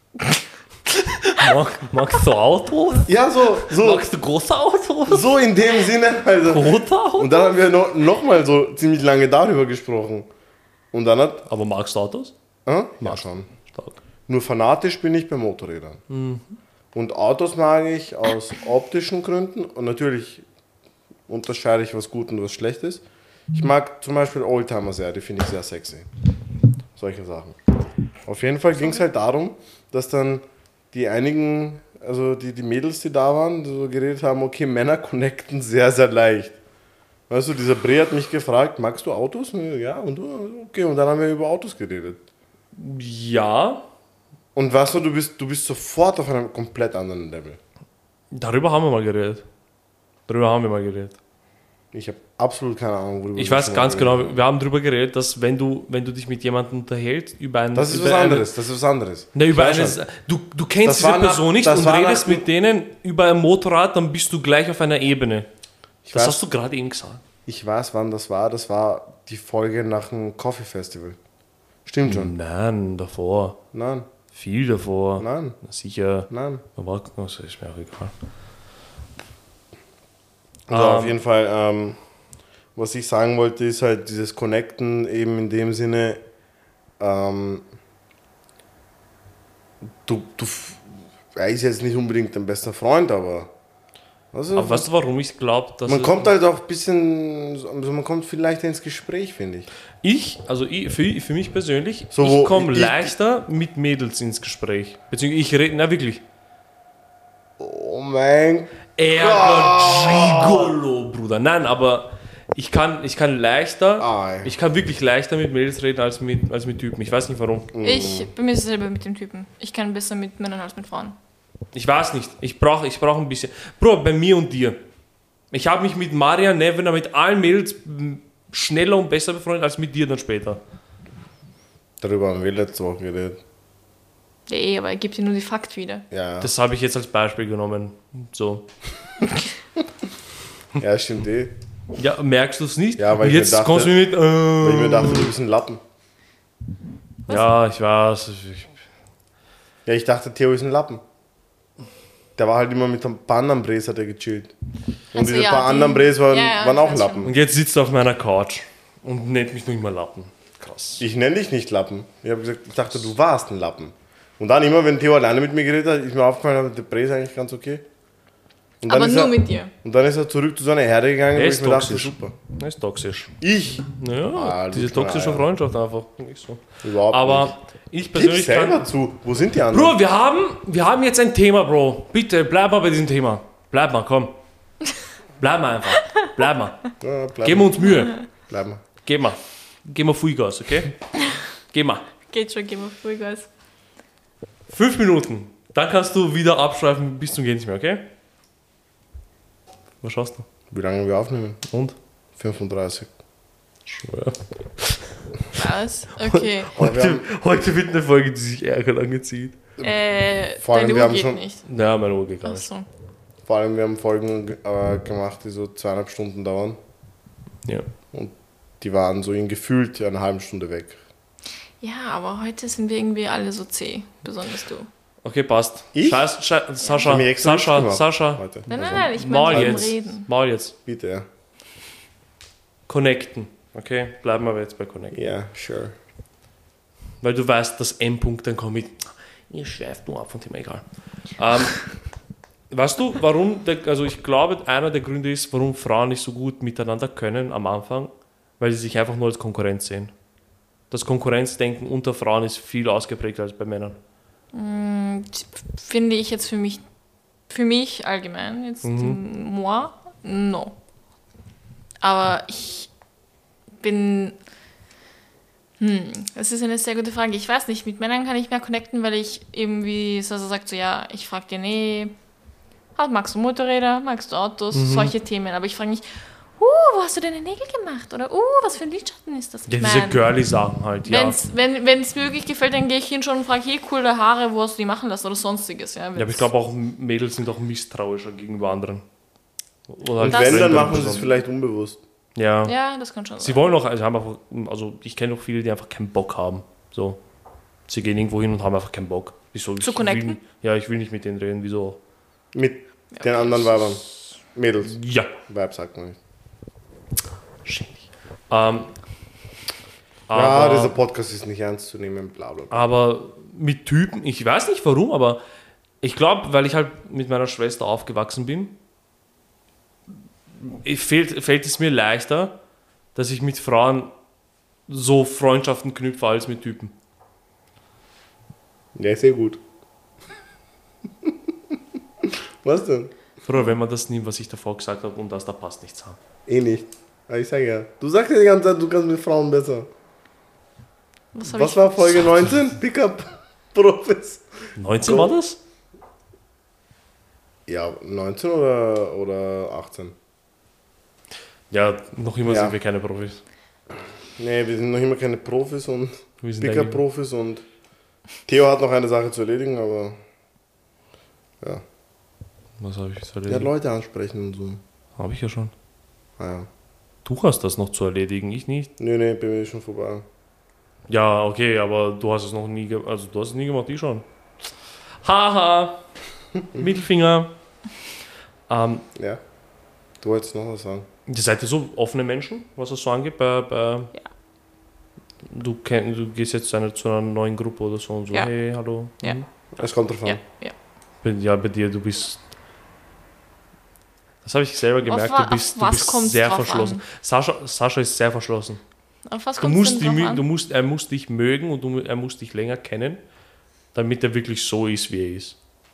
Mag, magst du Autos? Ja, so, so, Magst du große Autos? so in dem Sinne. Also. Rote Autos? Und dann haben wir noch, noch mal so ziemlich lange darüber gesprochen. Und dann hat, Aber magst du Autos? äh, ja schon. Stark. Nur fanatisch bin ich bei Motorrädern. Und Autos mag ich aus optischen Gründen und natürlich unterscheide ich, was gut und was schlecht ist. Ich mag zum Beispiel Oldtimer sehr, die finde ich sehr sexy. Solche Sachen. Auf jeden Fall ging es halt darum, dass dann die einigen, also die, die Mädels, die da waren, so geredet haben, okay, Männer connecten sehr, sehr leicht. Weißt du, dieser Bre hat mich gefragt, magst du Autos? Ja, und du, okay, und dann haben wir über Autos geredet. Ja, Und weißt du, du bist, du bist sofort auf einem komplett anderen Level. darüber haben wir mal geredet. Darüber haben wir mal geredet. Ich habe absolut keine Ahnung, worüber Ich wir weiß schon ganz mal genau, geredet haben. wir haben darüber geredet, dass wenn du, wenn du dich mit jemandem unterhältst, über ein... Das ist über was eine- anderes, das ist was anderes. Ne, über Ich weiß eine, schon. du, du kennst Das diese war nach- Person nicht das und war redest nach- mit denen über ein Motorrad, dann bist du gleich auf einer Ebene. Ich Das weiß, hast du gerade eben gesagt. ich weiß, wann das war. Das war die Folge nach dem Coffee Festival. Stimmt schon. Nein, davor. Nein, Viel davor. nein, Na, sicher. nein. Aber das ist mir auch egal. Also Ähm. auf jeden Fall, ähm, was ich sagen wollte, ist halt dieses Connecten eben in dem Sinne, ähm, du, du, f- er ist jetzt nicht unbedingt dein bester Freund, aber, also, Aber weißt du, warum ich glaube, dass... man es- kommt halt auch ein bisschen, also man kommt viel leichter ins Gespräch, finde ich. Ich, also ich, für, für mich persönlich, So, wo- ich komme ich- leichter mit Mädels ins Gespräch. Beziehungsweise ich rede, na wirklich. Oh mein Ärger Gigolo, Bruder. Nein, aber ich kann, ich kann leichter, Ei. ich kann wirklich leichter mit Mädels reden als mit, als mit Typen. Ich weiß nicht warum. Ich, bei mir ist es selber mit dem Typen. Ich kann besser mit Männern als mit Frauen. Ich weiß nicht. Ich brauche ich brauch ein bisschen. Bro, bei mir und dir. Ich habe mich mit Maria Nevener, mit allen Mädels m, schneller und besser befreundet als mit dir dann später. Darüber haben wir letzte Woche geredet. Ja, eh, aber er gibt dir nur die Fakt wieder. Ja, Das habe ich jetzt als Beispiel genommen. So. ja stimmt eh. Ja, merkst du es nicht? Ja, weil und ich mir jetzt dachte- kommst du mit. Äh, Weil ich mir dachte, du bist ein Lappen. ja, ich weiß. Ich, Ja, ich dachte, Theo ist ein Lappen. Der war halt immer mit ein paar anderen Bres hat er gechillt. Und Also diese ja, paar die- anderen Bres waren, ja, ja, waren ich auch weiß Lappen. und jetzt sitzt du auf meiner Couch und nennt mich nur immer Lappen. Krass. Ich nenne dich nicht Lappen. Ich habe gesagt, ich dachte, du warst ein Lappen. Und dann immer, wenn Theo alleine mit mir geredet hat, ist mir aufgefallen, der Bre ist eigentlich ganz okay. Und dann Aber ist nur er, mit dir. Und dann ist er zurück zu seiner Herde gegangen, Er wo ist ich mir dachte, toxisch. super. Er ist toxisch. Ich? Ja, Ah, du diese toxische Knaller. Freundschaft einfach. Nicht so. Überhaupt Aber ich nicht. Gib persönlich selber kann... zu. Wo sind die anderen? Bro, wir haben, wir haben jetzt ein Thema, Bro. Bitte, bleib mal bei diesem Thema. Bleib mal, komm. Bleib mal einfach. Bleib mal. Ja, bleib, Geben wir uns Mühe. bleib mal. Geh mal. Geh mal Vollgas, okay? Geh mal. Geht schon, gehen wir Vollgas. Fünf Minuten. Dann kannst du wieder abschweifen bis zum Gehen nicht mehr, okay? Was schaust du? Wie lange wir aufnehmen? Und? fünfunddreißig. Schwör. Was? Okay. Aber wir haben, heute wird eine Folge, die sich ärgerlange zieht. Äh, Vor allem, deine wir Uhr haben geht schon- nicht. Ja, meine Uhr geht gar Ach nicht. so. vor allem, wir haben Folgen äh, gemacht, die so zweieinhalb Stunden dauern. Ja. Die waren so in gefühlt einer halben Stunde weg. Ja, aber heute sind wir irgendwie alle so zäh, besonders du. Okay, passt. Ich? Scheiß, Scheiß, Hab Sascha, mich extra Sascha, hübsch gemacht Sascha, heute. Nein, nein, Also, nein, ich mal meine zum jetzt, Reden. mal jetzt. Bitte, ja. Connecten. Okay, bleiben wir jetzt bei Connecten. Ja, sure. Weil du weißt, dass M-Punkt dann kommt mit, ihr schweift nur ab von dem, egal. Ähm, weißt du, warum, der, also ich glaube, einer der Gründe ist, warum Frauen nicht so gut miteinander können am Anfang, weil sie sich einfach nur als Konkurrenz sehen. Das Konkurrenzdenken unter Frauen ist viel ausgeprägter als bei Männern. Finde ich jetzt für mich, für mich allgemein, jetzt Mhm. moi, no. Aber ich bin, hm, das ist eine sehr gute Frage. Ich weiß nicht, mit Männern kann ich mehr connecten, weil ich eben, wie Sasa sagt, so ja, ich frage dir, nee, halt, magst du Motorräder, magst du Autos, solche Themen. Aber ich frage nicht, uh, wo hast du deine Nägel gemacht? Oder, uh, was für ein Lidschatten ist das? Ich Ja, diese mein, Girly-Sachen halt, ja. Wenn's, wenn es mir wirklich gefällt, dann gehe ich hin schon und frage, hey, coole Haare, wo hast du die machen lassen oder sonstiges. Ja, Ja, aber ich glaube auch Mädels sind auch misstrauischer gegenüber anderen. Oder Und Das- wenn, dann random machen sie es Personen. vielleicht unbewusst. Ja. Ja, das kann schon Sie sein. wollen auch, also haben einfach, also ich kenne auch viele, die einfach keinen Bock haben. So. Sie gehen irgendwo hin und haben einfach keinen Bock. Wieso? Zu Ich connecten? Will, ja, ich will nicht mit denen reden, wieso? Mit den anderen Weibern. Mädels. Ja. Weib sagt man nicht. Schämlich. Ähm, Ja, aber, dieser Podcast ist nicht ernst zu nehmen, bla bla bla. aber mit Typen, ich weiß nicht warum, aber ich glaube, weil ich halt mit meiner Schwester aufgewachsen bin, ich- fällt, fällt es mir leichter, dass ich mit Frauen so Freundschaften knüpfe als mit Typen. Ja, sehr gut. Was denn? Oder wenn man das nimmt, was ich davor gesagt habe und das, da passt nichts an. Eh nicht. Aber ich sag ja. Du sagst ja die ganze Zeit, du kannst mit Frauen besser. Was, hab Was ich? war Folge neunzehn? Pickup Profis. neunzehn war das? Ja, neunzehn oder, oder achtzehn? Ja, noch immer Ja. sind wir keine Profis. Nee, wir sind noch immer keine Profis und Wir sind Pickup eigentlich- Profis und Theo hat noch eine Sache zu erledigen, aber ja. Was habe ich zu Ja, erledigen? Leute ansprechen und so. Habe ich ja schon. Ah ja. Du hast das noch zu erledigen, ich nicht. Nee, nee, bin mir schon vorbei. Ja, okay, aber du hast es noch nie gemacht. Also du hast es nie gemacht, ich schon. Haha. Mittelfinger. Ähm, Ja. Du wolltest noch was sagen. seid ihr so offene Menschen, was das so angeht? Bei, bei Ja. du, kenn, du gehst jetzt eine, zu einer neuen Gruppe oder so und so. Ja. Hey, hallo. Ja. Mhm. Es kommt drauf an. Ja, ja. Bei- Ja, bei dir, du bist. Das habe ich selber gemerkt, wa- du bist, auf du was bist kommt's sehr drauf verschlossen. an? Sascha, Sascha ist sehr verschlossen. Auf was Du kommt musst denn die, drauf Mü- an? du musst, er muss dich mögen und du, er muss dich länger kennen, damit er wirklich so ist, wie er ist.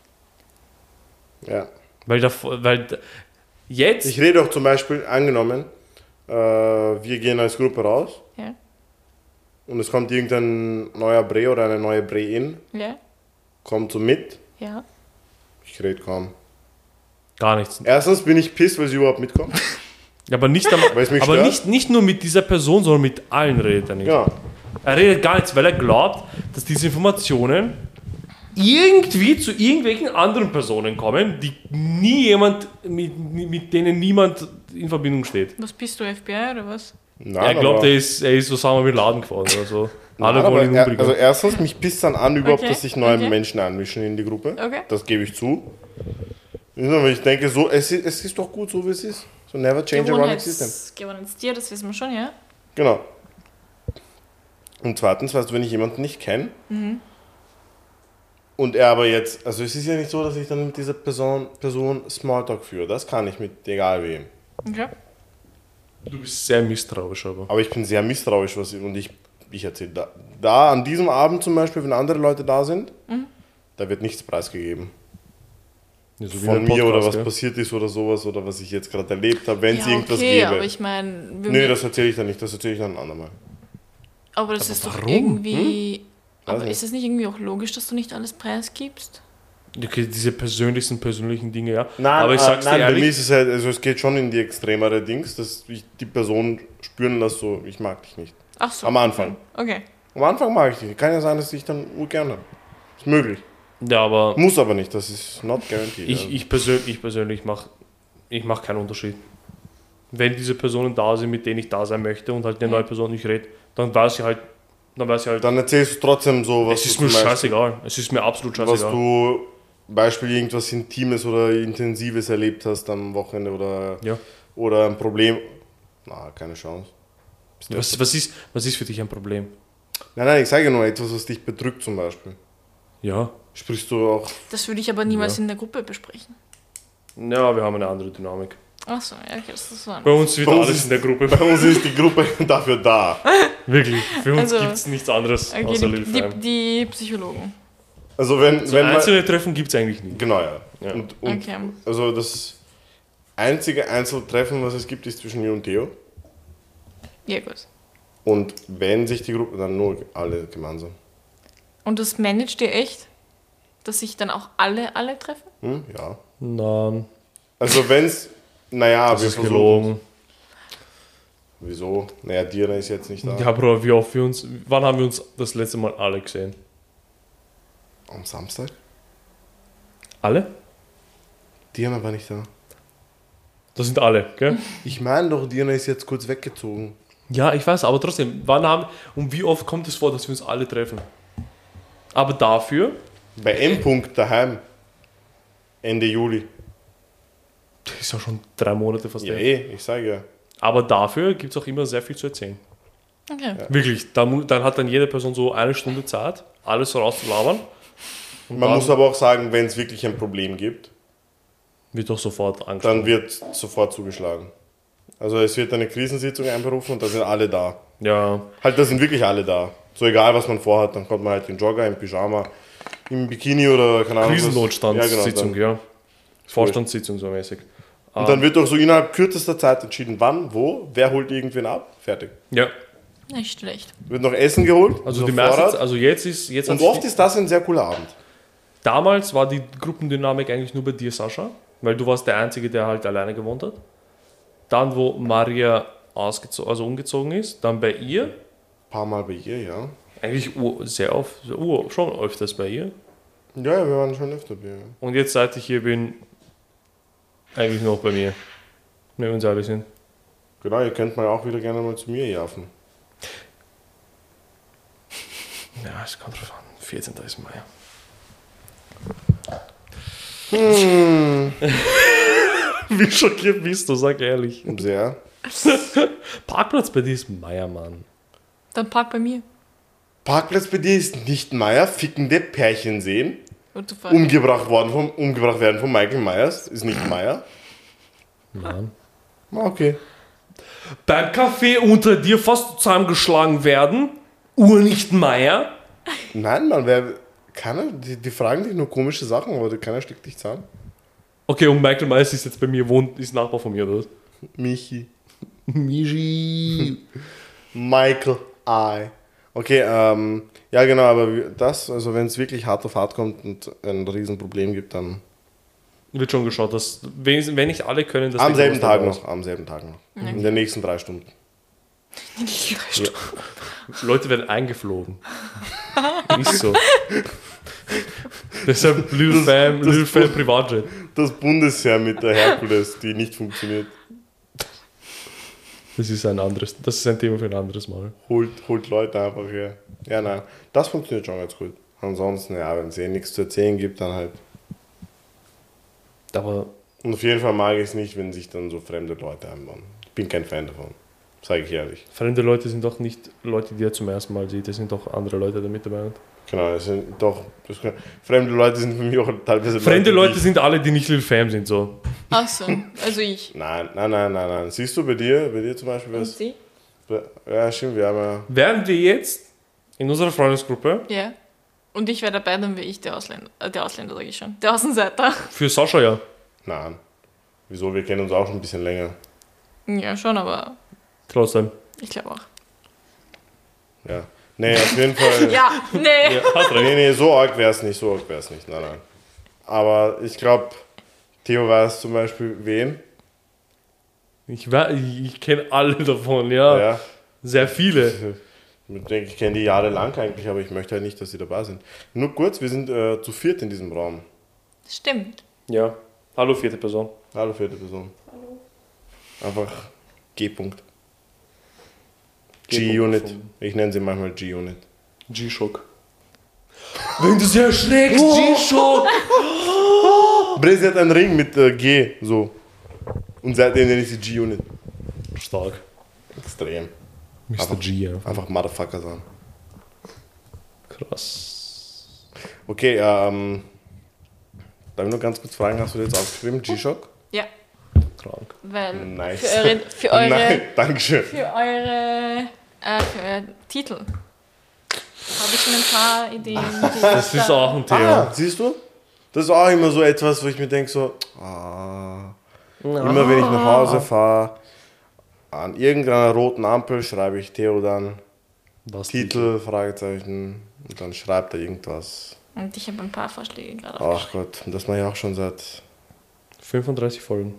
Ja. Weil, davor, weil da- jetzt. Ich rede auch zum Beispiel, angenommen, äh, wir gehen als Gruppe raus Ja, und es kommt irgendein neuer Bre oder eine neue Bre-In, ja, kommt so mit, ja. ich rede kaum. Gar nichts. Erstens bin ich piss, weil sie überhaupt mitkommt. Aber, nicht, am, Weil es mich aber stört? nicht, nicht nur mit dieser Person, sondern mit allen redet er nicht. Ja. Er redet gar nichts, weil er glaubt, dass diese Informationen irgendwie zu irgendwelchen anderen Personen kommen, die nie jemand, mit, mit denen niemand in Verbindung steht. Was bist du, F B I oder was? Nein, er glaubt, aber- er ist, er ist Osama Bin Laden gefahren oder so. Alle Nein, aber wollen ihn er, umbringen. also erstens, mich pisst dann an überhaupt, Okay, dass sich neue okay. Menschen einmischen in die Gruppe. Okay. Das gebe ich zu. Aber ich denke, so, es, ist, es ist doch gut, so wie es ist. So never change a running system. Gewohnheits- Gewohnheitstier, das wissen wir schon, ja? Genau. Und zweitens, weißt du, wenn ich jemanden nicht kenne und er aber jetzt, also es ist ja nicht so, dass ich dann mit dieser Person, Person Smalltalk führe. Das kann ich mit egal wem. Okay. Du bist sehr misstrauisch, aber. Aber ich bin sehr misstrauisch, was ich, und ich, ich erzähle da, da an diesem Abend zum Beispiel, wenn andere Leute da sind, da wird nichts preisgegeben. Ja, so wie Von ein mir oder Podcast, was gell? passiert ist oder sowas oder was ich jetzt gerade erlebt habe, wenn es Ja, irgendwas okay, gäbe. aber ich meine... Nee, das erzähle ich dann nicht, das erzähle ich dann ein andermal. Aber das ist doch warum? irgendwie... Aber Weiß nicht. ist es nicht irgendwie auch logisch, dass du nicht alles preisgibst? Okay, diese persönlichsten, persönlichen Dinge, ja. Nein, aber ich äh, sag's nein dir bei mir ehrlich, ist es halt, also es geht schon in die extremere Dings, dass ich die Person spüren lasse, so, ich mag dich nicht. Ach so. Am Anfang. Okay. Am Anfang mag ich dich. Kann ja sein, dass ich dann urgern habe. Ist möglich. ja, aber Muss aber nicht, das ist not guaranteed. ich, ich persönlich, ich persönlich mache ich mach keinen Unterschied. Wenn diese Personen da sind, mit denen ich da sein möchte und halt eine Ja. neue Person nicht rede, dann weiß ich halt, Dann weiß ich halt, Dann erzählst du trotzdem so, was es ist du mir zum Beispiel- scheißegal. Es ist mir absolut was scheißegal. du Beispiel irgendwas Intimes oder Intensives erlebt hast am Wochenende oder, Ja. oder ein Problem. Na, keine Chance. Bist du- Was, was, ist, was ist für dich ein Problem? Nein, nein, ich sage nur etwas, was dich bedrückt zum Beispiel. Ja. Sprichst du auch. Das würde ich aber niemals Ja. in der Gruppe besprechen. Ja, wir haben eine andere Dynamik. Achso, ja, okay, das ist so. Bei uns wird Bei uns alles ist- in der Gruppe. Bei uns ist die Gruppe dafür da. Wirklich. Für uns Also, gibt es nichts anderes Okay, außer die, Lil die, Fam. die Psychologen. Also wenn, So wenn man, einzelne Treffen gibt es eigentlich nicht. genau, ja. Ja. Und, und Okay. also das einzige Einzeltreffen, was es gibt, ist zwischen mir und Theo. Ja, gut. Und wenn sich die Gruppe, dann nur alle gemeinsam. Und das managt ihr echt? Dass sich dann auch alle, alle treffen? Hm? Ja. Nein, Also wenn's, naja, das wir ist versuchen. gelogen. Wieso? Naja, Dira ist jetzt nicht da. Ja, Bro, wie oft wir uns. Wann haben wir uns das letzte Mal alle gesehen? Am Samstag? Alle? Diana war nicht da. Das sind alle, gell? Ich meine doch, Diana ist jetzt kurz weggezogen. Ja, ich weiß, aber trotzdem, wann haben. Und wie oft kommt es vor, dass wir uns alle treffen? Aber dafür, Bei M-Punkt daheim. Ende Juli. das ist ja schon drei Monate fast Ja, her. eh, ich sage ja. Aber dafür gibt es auch immer sehr viel zu erzählen. Okay. Wirklich, dann, dann hat dann jede Person so eine Stunde Zeit, alles so rauszulabern. Und Man dann muss aber auch sagen, wenn es wirklich ein Problem gibt, wird doch sofort angesprochen. dann wird sofort zugeschlagen. Also es wird eine Krisensitzung einberufen und da sind alle da. Ja, Halt, da sind wirklich alle da. So egal, was man vorhat, dann kommt man halt in Jogger, im Pyjama, im Bikini oder keine Ahnung. was. Krisennotstandssitzung, Ja, genau. ja. Vorstandssitzung so mäßig. Dann. Und dann wird auch so innerhalb kürzester Zeit entschieden, wann, wo, wer holt irgendwen ab, fertig. Ja, Nicht schlecht. Wird noch Essen geholt, also so die meiste Vorrat. Zeit, also jetzt ist, jetzt Und hat's oft die- ist das ein sehr cooler Abend. damals war die Gruppendynamik eigentlich nur bei dir, Sascha, weil du warst der Einzige, der halt alleine gewohnt hat. Dann, wo Maria ausgezogen, also umgezogen ist, dann bei ihr, Ein paar Mal bei ihr, ja. eigentlich ur- sehr oft, ur- schon öfters bei ihr. Ja, ja, wir waren schon öfter bei ihr. Und jetzt, seit ich hier bin, eigentlich noch bei mir. Wenn wir uns ehrlich sind. Genau, ihr könnt mal auch wieder gerne mal zu mir jaffen. Ja, es kommt drauf an. vierzehnten ist Mai. Hm. Wie schockiert bist du, sag ehrlich. Sehr. Parkplatz bei dir ist Meier, Mann. Dann park bei mir. Parkplatz bei dir ist nicht Meier, fickende Pärchen sehen. Und du fahrst. Umgebracht, worden vom, umgebracht werden von Michael Myers, ist nicht Meier. Nein. Ah, okay. Beim Café unter dir fast zusammengeschlagen werden. Ur nicht Meier. Nein, Mann, wer. Keiner, die, die fragen dich nur komische Sachen, aber keiner steckt dich an. Okay, und Michael Myers ist jetzt bei mir, wohnt, ist Nachbar von mir, oder was? Michi. Michi. Michael I. Okay, ähm, ja genau, aber wie- das, also wenn es wirklich hart auf hart kommt und ein Riesenproblem gibt, dann Wird schon geschaut, dass, wenn, wenn nicht alle können, dass am die selben Großteil Tag raus- noch, am selben Tag noch. In den nächsten drei Stunden. Leute werden eingeflogen. Ist so. Deshalb Lil Fam, Lil Fam Privatjet. Das Bundesheer mit der Herkules, die nicht funktioniert, Das ist ein anderes, das ist ein Thema für ein anderes Mal. holt, holt Leute einfach her. Ja, nein, das funktioniert schon ganz gut. Ansonsten, ja, wenn es eh nichts zu erzählen gibt, dann halt. Aber Und auf jeden Fall mag ich es nicht, wenn sich dann so fremde Leute einbauen. Ich bin kein Fan davon, sage ich ehrlich. fremde Leute sind doch nicht Leute, die er zum ersten Mal sieht, das sind doch andere Leute, die mit dabei sind. Genau, es sind doch, das können, fremde Leute sind für mich auch teilweise Fremde die Leute ich- sind alle, die nicht Lil Fam sind, so. Ach so, also ich. Nein, nein, nein, nein, nein. Siehst du bei dir, bei dir zum Beispiel Und was? sie? Ja, stimmt, wir haben ja. Während wir jetzt in unserer Freundesgruppe Ja. Und ich wäre dabei, dann wäre ich der Ausländer. Äh, der Ausländer, sage ich schon. Der Außenseiter. für Sascha ja, Nein. Wieso? Wir kennen uns auch schon ein bisschen länger. Ja, schon, aber trotzdem. ich glaube auch. Ja. Nee, auf jeden Fall. Ja, nee. Ja, hat recht. Nee, nee, so arg wäre es nicht, so arg wäre es nicht. Nein, nein. Aber ich glaube, Theo weiß zum Beispiel wen. Ich, wei- ich, ich kenne alle davon, ja. Ja. Sehr viele. Ich denke, ich kenne die jahrelang eigentlich, aber ich möchte halt nicht, dass sie dabei sind. Nur kurz, wir sind äh, zu viert in diesem Raum. Stimmt. Ja. Hallo, vierte Person. Hallo, vierte Person. Hallo. Einfach G-Punkt. G-Punkt G-Unit. gefunden. Ich nenne sie manchmal G-Unit. G-Shock. Wenn du sie erschreckst, G-Shock! Bresi hat einen Ring mit äh, G, so. Und seitdem nenne ich sie G-Unit. Stark. Extrem. Mister G, ja. Einfach Motherfucker sein. Krass. Okay, ähm. Darf ich nur ganz kurz fragen, hast du dir jetzt aufgeschrieben? G-Shock? Ja, Krank. weil Nice. für eure, für eure, Nein, Dankeschön. für eure, äh, für euer Titel habe ich schon ein paar Ideen. Die Das ist auch ein Thema. Ah, siehst du? Das ist auch immer so etwas, wo ich mir denke so, ah, immer wenn ich nach Hause fahre, an irgendeiner roten Ampel schreibe ich Theo dann Was Titel, Fragezeichen und dann schreibt er irgendwas. Und ich habe ein paar Vorschläge gerade Ach aufgeschrieben. Gott, und das mache ich auch schon seit, fünfunddreißig Folgen.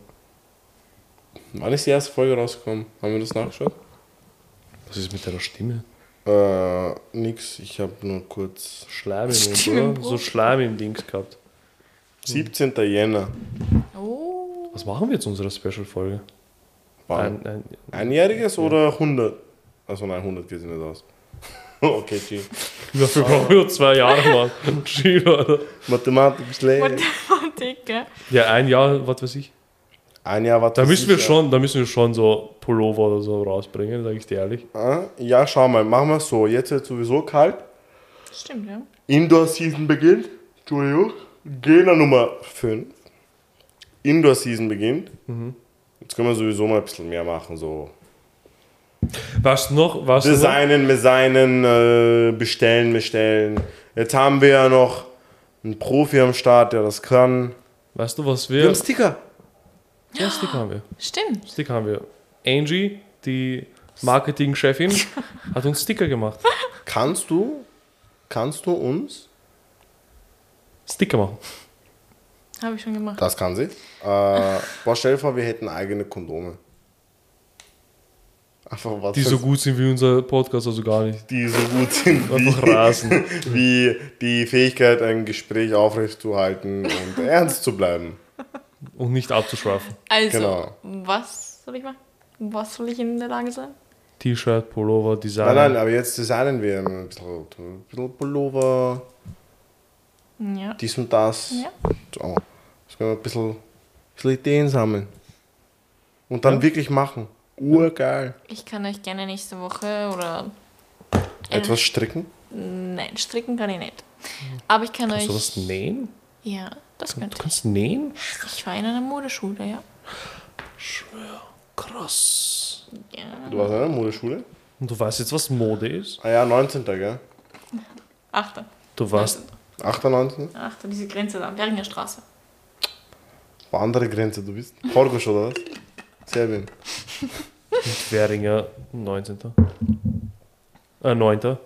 wann ist die erste Folge rausgekommen? Haben wir das nachgeschaut? Was ist mit deiner Stimme? Äh, nix, ich habe nur kurz, Schleim im Mund, oder? Stimmbruch. So Schleim im Dings gehabt. siebzehnten Jänner. Oh, Was machen wir jetzt unserer Special-Folge? Wann? Ein, ein, Einjähriges oder hundert? Also nein, hundert geht sich nicht aus. Okay, G. dafür brauchen wir nur zwei Jahre, Mann. G, Alter. Mathematik ist leer. Mathematik, gell? Ja, ein Jahr, was weiß ich. Ein Jahr war Da das müssen wir sicher. schon, da müssen wir schon so Pullover oder so rausbringen, sage ich dir ehrlich. Ah, ja, schau mal, machen wir es so. Jetzt wird sowieso kalt. Stimmt, ja. Indoor-Season beginnt. Entschuldigung. Gegner Nummer fünf. Indoor-Season beginnt. Jetzt können wir sowieso mal ein bisschen mehr machen. So Was noch? Was noch? Designen, Designen, äh, bestellen, bestellen. Jetzt haben wir ja noch einen Profi am Start, der das kann. Weißt du, was Wir wir... haben Sticker. Ja, Stick haben wir. Stimmt. Sticker haben wir. Angie, die Marketingchefin, hat uns Sticker gemacht. Kannst du, kannst du uns... Sticker machen. Habe ich schon gemacht. Das kann sie. Äh, boah, stell dir vor, wir hätten eigene Kondome. Einfach was Die für- so gut sind wie unser Podcast, also gar nicht. die so gut sind Einfach wie, rasen. wie die Fähigkeit, ein Gespräch aufrechtzuerhalten und ernst zu bleiben. Und nicht abzuschwafen. Also, Genau. was soll ich machen? Was soll ich in der Lage sein? T-Shirt, Pullover, Design. Nein, nein, aber jetzt designen wir ein bisschen, ein bisschen Pullover, Ja. dies und das. Ja. So. Jetzt können wir ein bisschen, ein bisschen Ideen sammeln. Und dann wirklich machen. Urgeil. Ich kann euch gerne nächste Woche oder. Etwas stricken? Nein, stricken kann ich nicht. Aber ich kann Kannst euch. du das nähen? Ja, das Du könnte ich. kannst nähen? Ich war in einer Modeschule, ja. Krass. ja. Du warst in einer Modeschule? Und du weißt jetzt, was Mode ist? Ah ja, neunzehnten gell? Achter. Du warst... achter, neunzehnten Achter, diese Grenze da, Berginger Straße. Wo andere Grenze du bist? Horgosch oder was? Serbien. mit Währinger neunzehnten Äh, neunten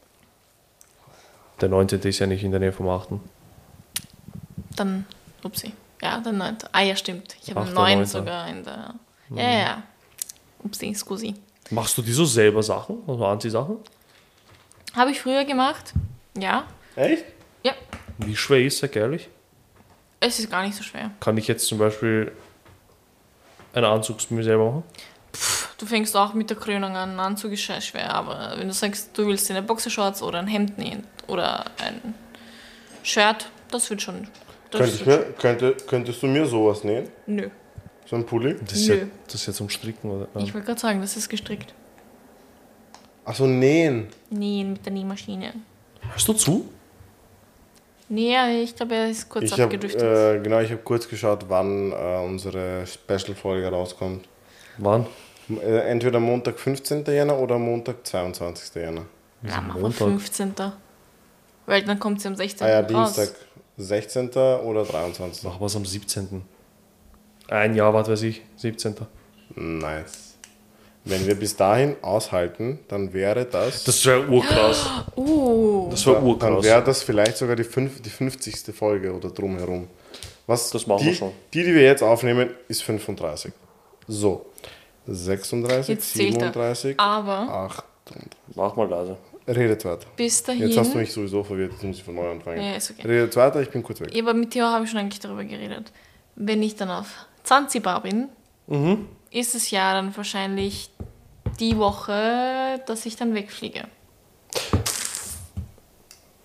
Der neunzehnte ist ja nicht in der Nähe vom achten Dann, upsi. Ja, der neunte. Ah ja, stimmt. Ich habe Achter, neun neunter. sogar in der. Ja, ja, ja. Upsi, scusi. Machst du die so selber Sachen? Also Anziehsachen? Habe ich früher gemacht. Ja. Echt? Ja. Wie schwer ist, sag ehrlich? Es ist gar nicht so schwer. Kann ich jetzt zum Beispiel einen Anzug mir selber machen? Du fängst auch mit der Krönung an. Ein Anzug ist scheiß schwer, aber wenn du sagst, du willst eine Boxershorts oder ein Hemd nähen oder ein Shirt, das wird schon. Das Könnte ich wird mir, könnte, könntest du mir sowas nähen? schon- Nö. So ein Pulli? Das ist, ja, Nö. das ist ja zum Stricken, oder? Ich wollte gerade sagen, das ist gestrickt. Achso, nähen. Nähen mit der Nähmaschine. Hörst du zu? Nee, ich glaube, er ist kurz Ich habe abgedriftet. äh, genau, ich habe kurz geschaut, wann äh, unsere Special-Folge rauskommt. Wann? Äh, entweder Montag fünfzehnten Jänner oder Montag zweiundzwanzigsten Jänner. Ja, machen wir Montag? fünfzehnten Weil dann kommt sie am Ah sechzehnten ja, raus. Dienstag sechzehnten oder dreiundzwanzigsten Machen wir es am siebzehnten Ein Jahr, was weiß ich, siebzehnten Nice. Wenn wir bis dahin aushalten, dann wäre das... Das wäre urkrass. Uh, Das wäre dann urkrass. wäre das vielleicht sogar die, fünf, die fünfzigste Folge oder drumherum. Was Das machen die, wir schon. Die, die wir jetzt aufnehmen, ist fünfunddreißig. So. sechsunddreißig, Jetzt zählt er. siebenunddreißig, aber achtunddreißig. Mach mal leise. Redet weiter. bis dahin. Jetzt hast du mich sowieso verwirrt, jetzt muss ich von neu anfangen. Ja, ist okay. Redet weiter, ich bin kurz weg. Ja, aber mit Theo habe ich schon eigentlich darüber geredet. Wenn ich dann auf Zanzibar bin, Mhm. ist es ja dann wahrscheinlich die Woche, dass ich dann wegfliege.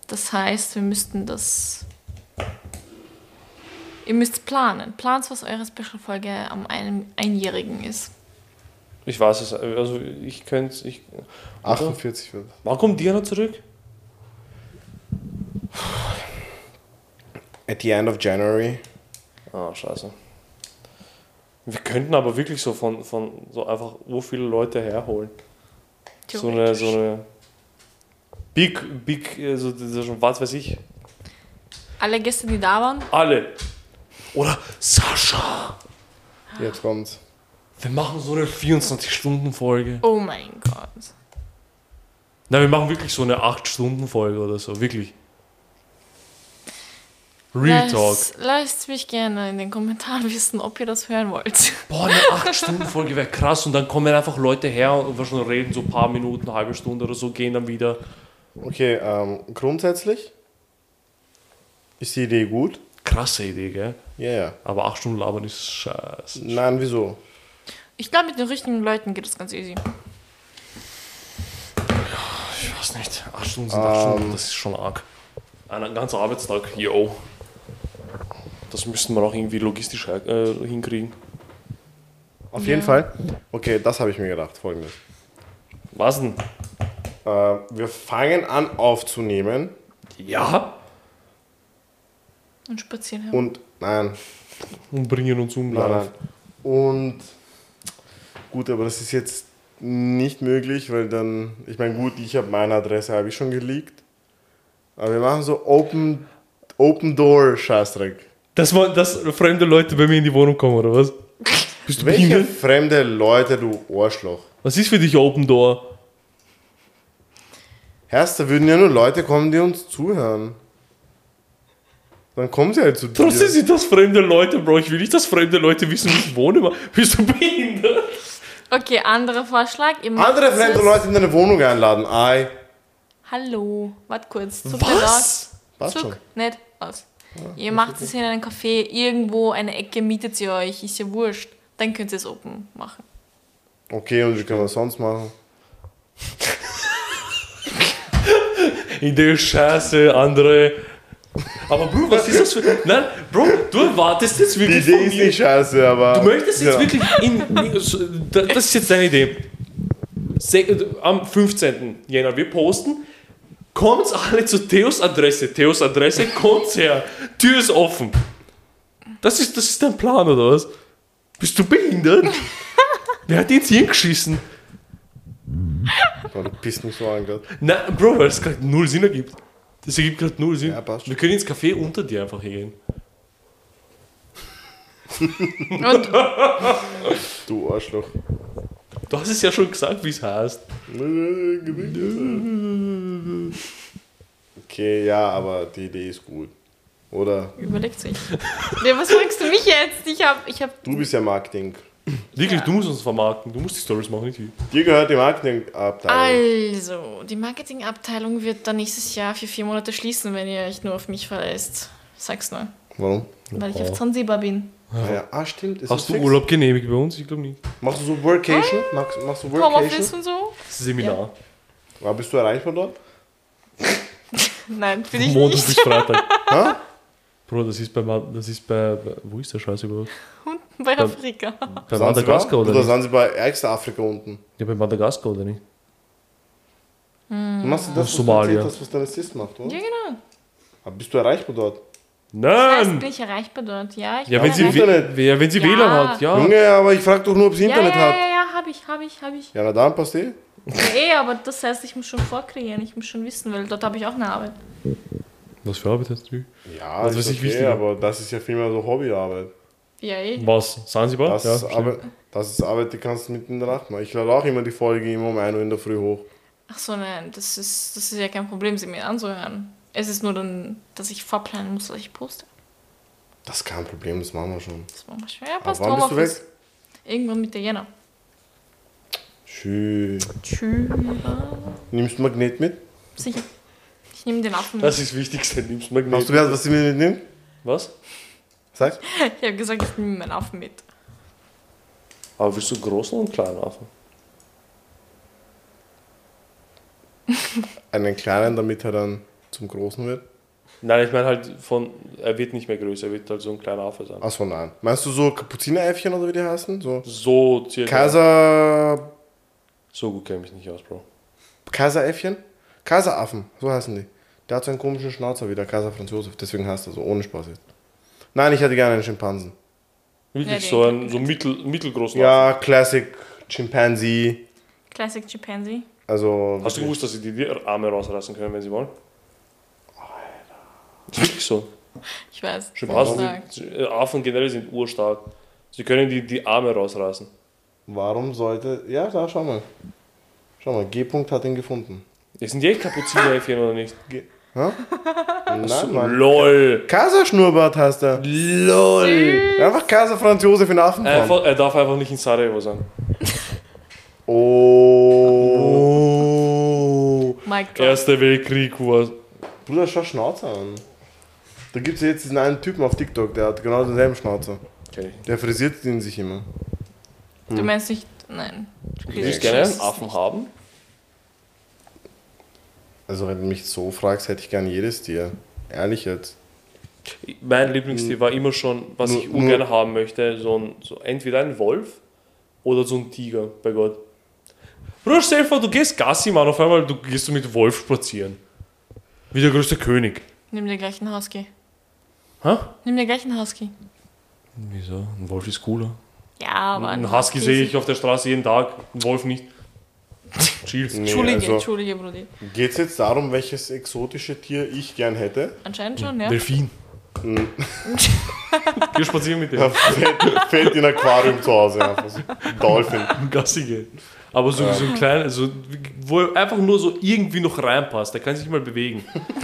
Das heißt, wir müssten das... Ihr müsst planen. Plant, was eure Special-Folge am einem Einjährigen ist. Ich weiß es, also ich könnte ich. achtundvierzig wird. Wann kommt Diana zurück? At the end of January. Ah, scheiße. Wir könnten aber wirklich so von, von so einfach so viele Leute herholen. So eine, so eine Big, Big, also das ist schon, was weiß ich. Alle Gäste, die da waren? Alle. Oder Sascha. Jetzt kommt's. Wir machen so eine vierundzwanzig-Stunden-Folge. Oh mein Gott. Nein, wir machen wirklich so eine acht-Stunden-Folge oder so, wirklich. Real Talk. Lasst, lasst mich gerne in den Kommentaren wissen, ob ihr das hören wollt. Boah, eine acht-Stunden-Folge wäre krass und dann kommen einfach Leute her und wir schon reden, so ein paar Minuten, eine halbe Stunde oder so, gehen dann wieder. Okay, ähm, grundsätzlich ist die Idee gut. Krasse Idee, gell? Ja, ja. Aber acht Stunden labern ist scheiße. Nein, wieso? Ich glaube, mit den richtigen Leuten geht das ganz easy. Ich weiß nicht. Acht Stunden sind acht Ähm. Stunden, das ist schon arg. Ein ganzer Arbeitstag, yo. Das müssten wir auch irgendwie logistisch äh, hinkriegen. Auf jeden Ja. Fall. Okay, das habe ich mir gedacht. Folgendes. Was denn? Äh, wir fangen an aufzunehmen Ja. Und spazieren her. und nein, Und bringen uns um. nein, nein. Und gut, aber das ist jetzt nicht möglich, weil dann, ich meine, gut, ich habe meine Adresse habe ich schon geleakt. Aber wir machen so Open, Open Door Scheißdreck. Dass, man, dass fremde Leute bei mir in die Wohnung kommen, oder was? Bist du Welche behindert? fremde Leute, du Arschloch. Was ist für dich Open Door? Herrst, da würden ja nur Leute kommen, die uns zuhören. Dann kommen sie halt zu dir. Trotzdem sind das fremde Leute, Bro. Ich will nicht, dass fremde Leute wissen, wie ich wohne. Bist du behindert? Okay, anderer Vorschlag. Ihr macht Andere fremde es- Leute in deine Wohnung einladen. Ei. Hallo, warte kurz. Zuck Was? Passt Zuck, schon. nicht aus. Ihr macht es in einem Café, irgendwo eine Ecke mietet ihr euch, ist ja wurscht. Dann könnt ihr es open machen. Okay, und wie können wir es sonst machen? Idee ist scheiße, andere. Aber Bro, was ist das für. Nein, Bro, du erwartest jetzt Die wirklich Idee von ist mir. nicht scheiße, aber... Du möchtest jetzt Ja. wirklich in, in. so- da- Das ist jetzt deine Idee. Se, am fünfzehnten Jänner, wir posten. Kommt alle zu Theos Adresse. Theos Adresse, kommt her. Tür ist offen. Das ist, das ist dein Plan, oder was? Bist du behindert? Wer hat ins Hirn geschissen? Oh, du pisst mich so an gerade. Nein, Bro, weil es gerade null Sinn ergibt. Das ergibt gerade null Sinn. Ja, passt schon. Wir können ins Café unter dir einfach gehen. Und Du Arschloch. Du hast es ja schon gesagt, wie es heißt. Okay, ja, aber die Idee ist gut. Oder? überlegt sich. Ja, was fragst du mich jetzt? Ich hab, ich hab. Du bist ja Marketing. Wirklich, Ja. du musst uns vermarkten. Du musst die Stories machen, nicht ich. Dir gehört die Marketingabteilung. Also, die Marketingabteilung wird dann nächstes Jahr für vier Monate schließen, wenn ihr euch nur auf mich verlässt. Sag's nur. Warum? Weil ich auf Zanzibar bin. Ah, ja. Ah, stimmt. Ist Hast das du fix? Urlaub genehmigt bei uns? Ich glaube nicht. Machst du so Workation? Machst, machst du Homeoffice Workation? und so? Das ist ein Seminar. Ja. Bist du erreichbar dort? Nein, für dich Montag nicht. bis Freitag. Hä? Bro, das ist bei, Ma- das ist bei, bei wo ist der Scheiß überhaupt? Bei Afrika. Bei Madagaskar oder Oder nicht? Zanzibar, ärgste Afrika unten. Ja, bei Madagaskar oder nicht? Du machst ja das, was Somalia. du erzählt hast, was dein Assist macht, oder? Ja, genau. Aber bist du erreichbar dort? Das heißt, Nein! bin ich erreichbar dort? Ja, ich Ja, bin wenn sie, erreichbar. Internet. we- ja, wenn sie Ja. W L A N hat, ja. Junge, aber ich frag doch nur, ob sie Ja, Internet ja, hat. ja, ja, hab ich, hab ich, hab ich. Ja, na dann passt eh. Ja, eh, aber das heißt, ich muss schon vorkreieren, ich muss schon wissen, weil dort habe ich auch eine Arbeit. Was für Arbeit hast du? Ja, Was ist weiß ich, okay, wichtiger. aber das ist ja vielmehr so Hobbyarbeit. Ja, eh. Was? Zanzibar? Das, ja, ist Arbeit, das ist Arbeit, die kannst du mitten in der Nacht machen. Ich lade auch immer die Folge immer um ein Uhr in der Früh hoch. Ach so, nein, das ist, das ist ja kein Problem, sie mir anzuhören. Es ist nur dann, dass ich vorplanen muss, was ich poste. Das ist kein Problem, das machen wir schon. Das war mal schwer. Ja, Aber passt, wann bist du Homeoffice. weg? Irgendwann Mitte Jänner. Schön. Tschüss. Nimmst du Magnet mit? Sicher. Ich nehme den Affen mit. Das ist das Wichtigste, nimmst Magnet. Hast du gehört, was sie mir mitnimmt? Was? Sag. Ich habe gesagt, ich nehme meinen Affen mit. Aber willst du einen großen und kleinen Affen? Einen kleinen, damit er dann zum Großen wird? Nein, ich meine halt von, er wird nicht mehr größer, er wird halt so ein kleiner Affe sein. Achso, nein. Meinst du so Kapuzineräffchen oder wie die heißen? So So circa. Kaiser... So gut kenne ich mich nicht aus, Bro. Kaiseräffchen? Kaiseraffen, so heißen die. Der hat so einen komischen Schnauzer wie der Kaiser Franz Josef, deswegen heißt er so, ohne Spaß jetzt. Nein, ich hätte gerne einen Schimpansen. Wirklich Ja, so den- einen so mittel, mittelgroßen Ja, Classic Chimpanzee. Classic Chimpanzee. Also. Hast du gewusst, dass sie die, die Arme rausreißen können, wenn sie wollen? Alter. Das ist wirklich so. Ich weiß. Schimpansen Stark. sind, äh, Affen generell sind urstark. Sie können die, die Arme rausreißen. Warum sollte. Ja, da schau mal. Schau mal, G-Punkt hat ihn gefunden. Das sind die echt Kapuzineräffchen oder nicht? G Hä? Nein, Mann. LOL. Kaiserschnurrbart heißt er. LOL. Einfach Kaiser Franz Josef in Affenform. Einfach, er darf einfach nicht in Sarajevo sein. Oh. Mic drop. Erster Weltkrieg war. Bruder, schau Schnauzer an. Da gibt es jetzt diesen einen Typen auf TikTok, der hat genau denselben Schnauzer. Kenn ich nicht. Der frisiert ihn sich immer. Du meinst nicht. Nein. Du würdest gerne einen Affen haben? Also wenn du mich so fragst, hätte ich gern jedes Tier. Ehrlich jetzt. Mein Lieblingstier war immer schon, was Nur- ich nur- ungern haben möchte, so, ein, so entweder ein Wolf oder so ein Tiger, bei Gott. Bruder, stell dir vor, du gehst Gassi, Mann, auf einmal du gehst du mit Wolf spazieren. Wie der größte König. Nimm dir gleich einen Husky. Hä? Nimm dir gleich einen Husky. Wieso? Ein Wolf ist cooler. Ja, aber ein Ein Husky sehe ich auf der Straße jeden Tag, ein Wolf nicht. Chill. Nee, Entschuldige, also, entschuldige, Brudi. geht es jetzt darum, welches exotische Tier ich gern hätte? Anscheinend schon, ja. Delfin. Geh spazieren mit Ja, dem. fällt, fällt in ein Aquarium zu Hause einfach so. Dolphin. Gassi gehen. Aber so, so ein kleiner, so, wo er einfach nur so irgendwie noch reinpasst, der kann sich nicht mal bewegen.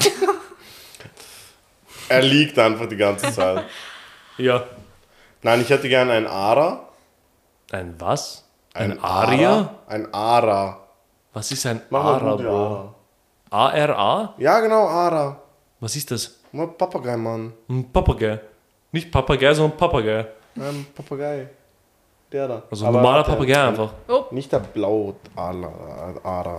Er liegt einfach die ganze Zeit. Ja. Nein, ich hätte gern einen Ara. Ein was? Ein, Ein Aria? Ein Ara. Was ist ein Mach mal Ara, gute Bro? Ara. A R A? Ja, genau, Ara. Was ist das? Mal Papagei, Mann. Ein Papagei. Nicht Papagei, sondern Papagei. Ein Papagei. Der da. Also ein Aber normaler der- Papagei einfach. Nicht der Blau Ara.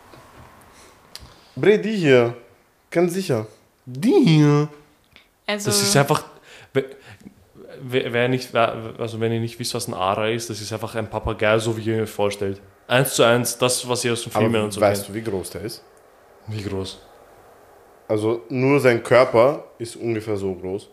Bre, die hier. Ganz sicher. Die hier. Also, Das ist einfach. Wer, wer wer nicht, wer- also wenn ihr nicht wisst, was ein Ara ist, das ist einfach ein Papagei, so wie ihr euch vorstellt. Eins zu eins, das, was ihr aus den Aber Filmen und so weißt kennt. du, wie groß der ist? Wie groß? Also nur sein Körper ist ungefähr so groß.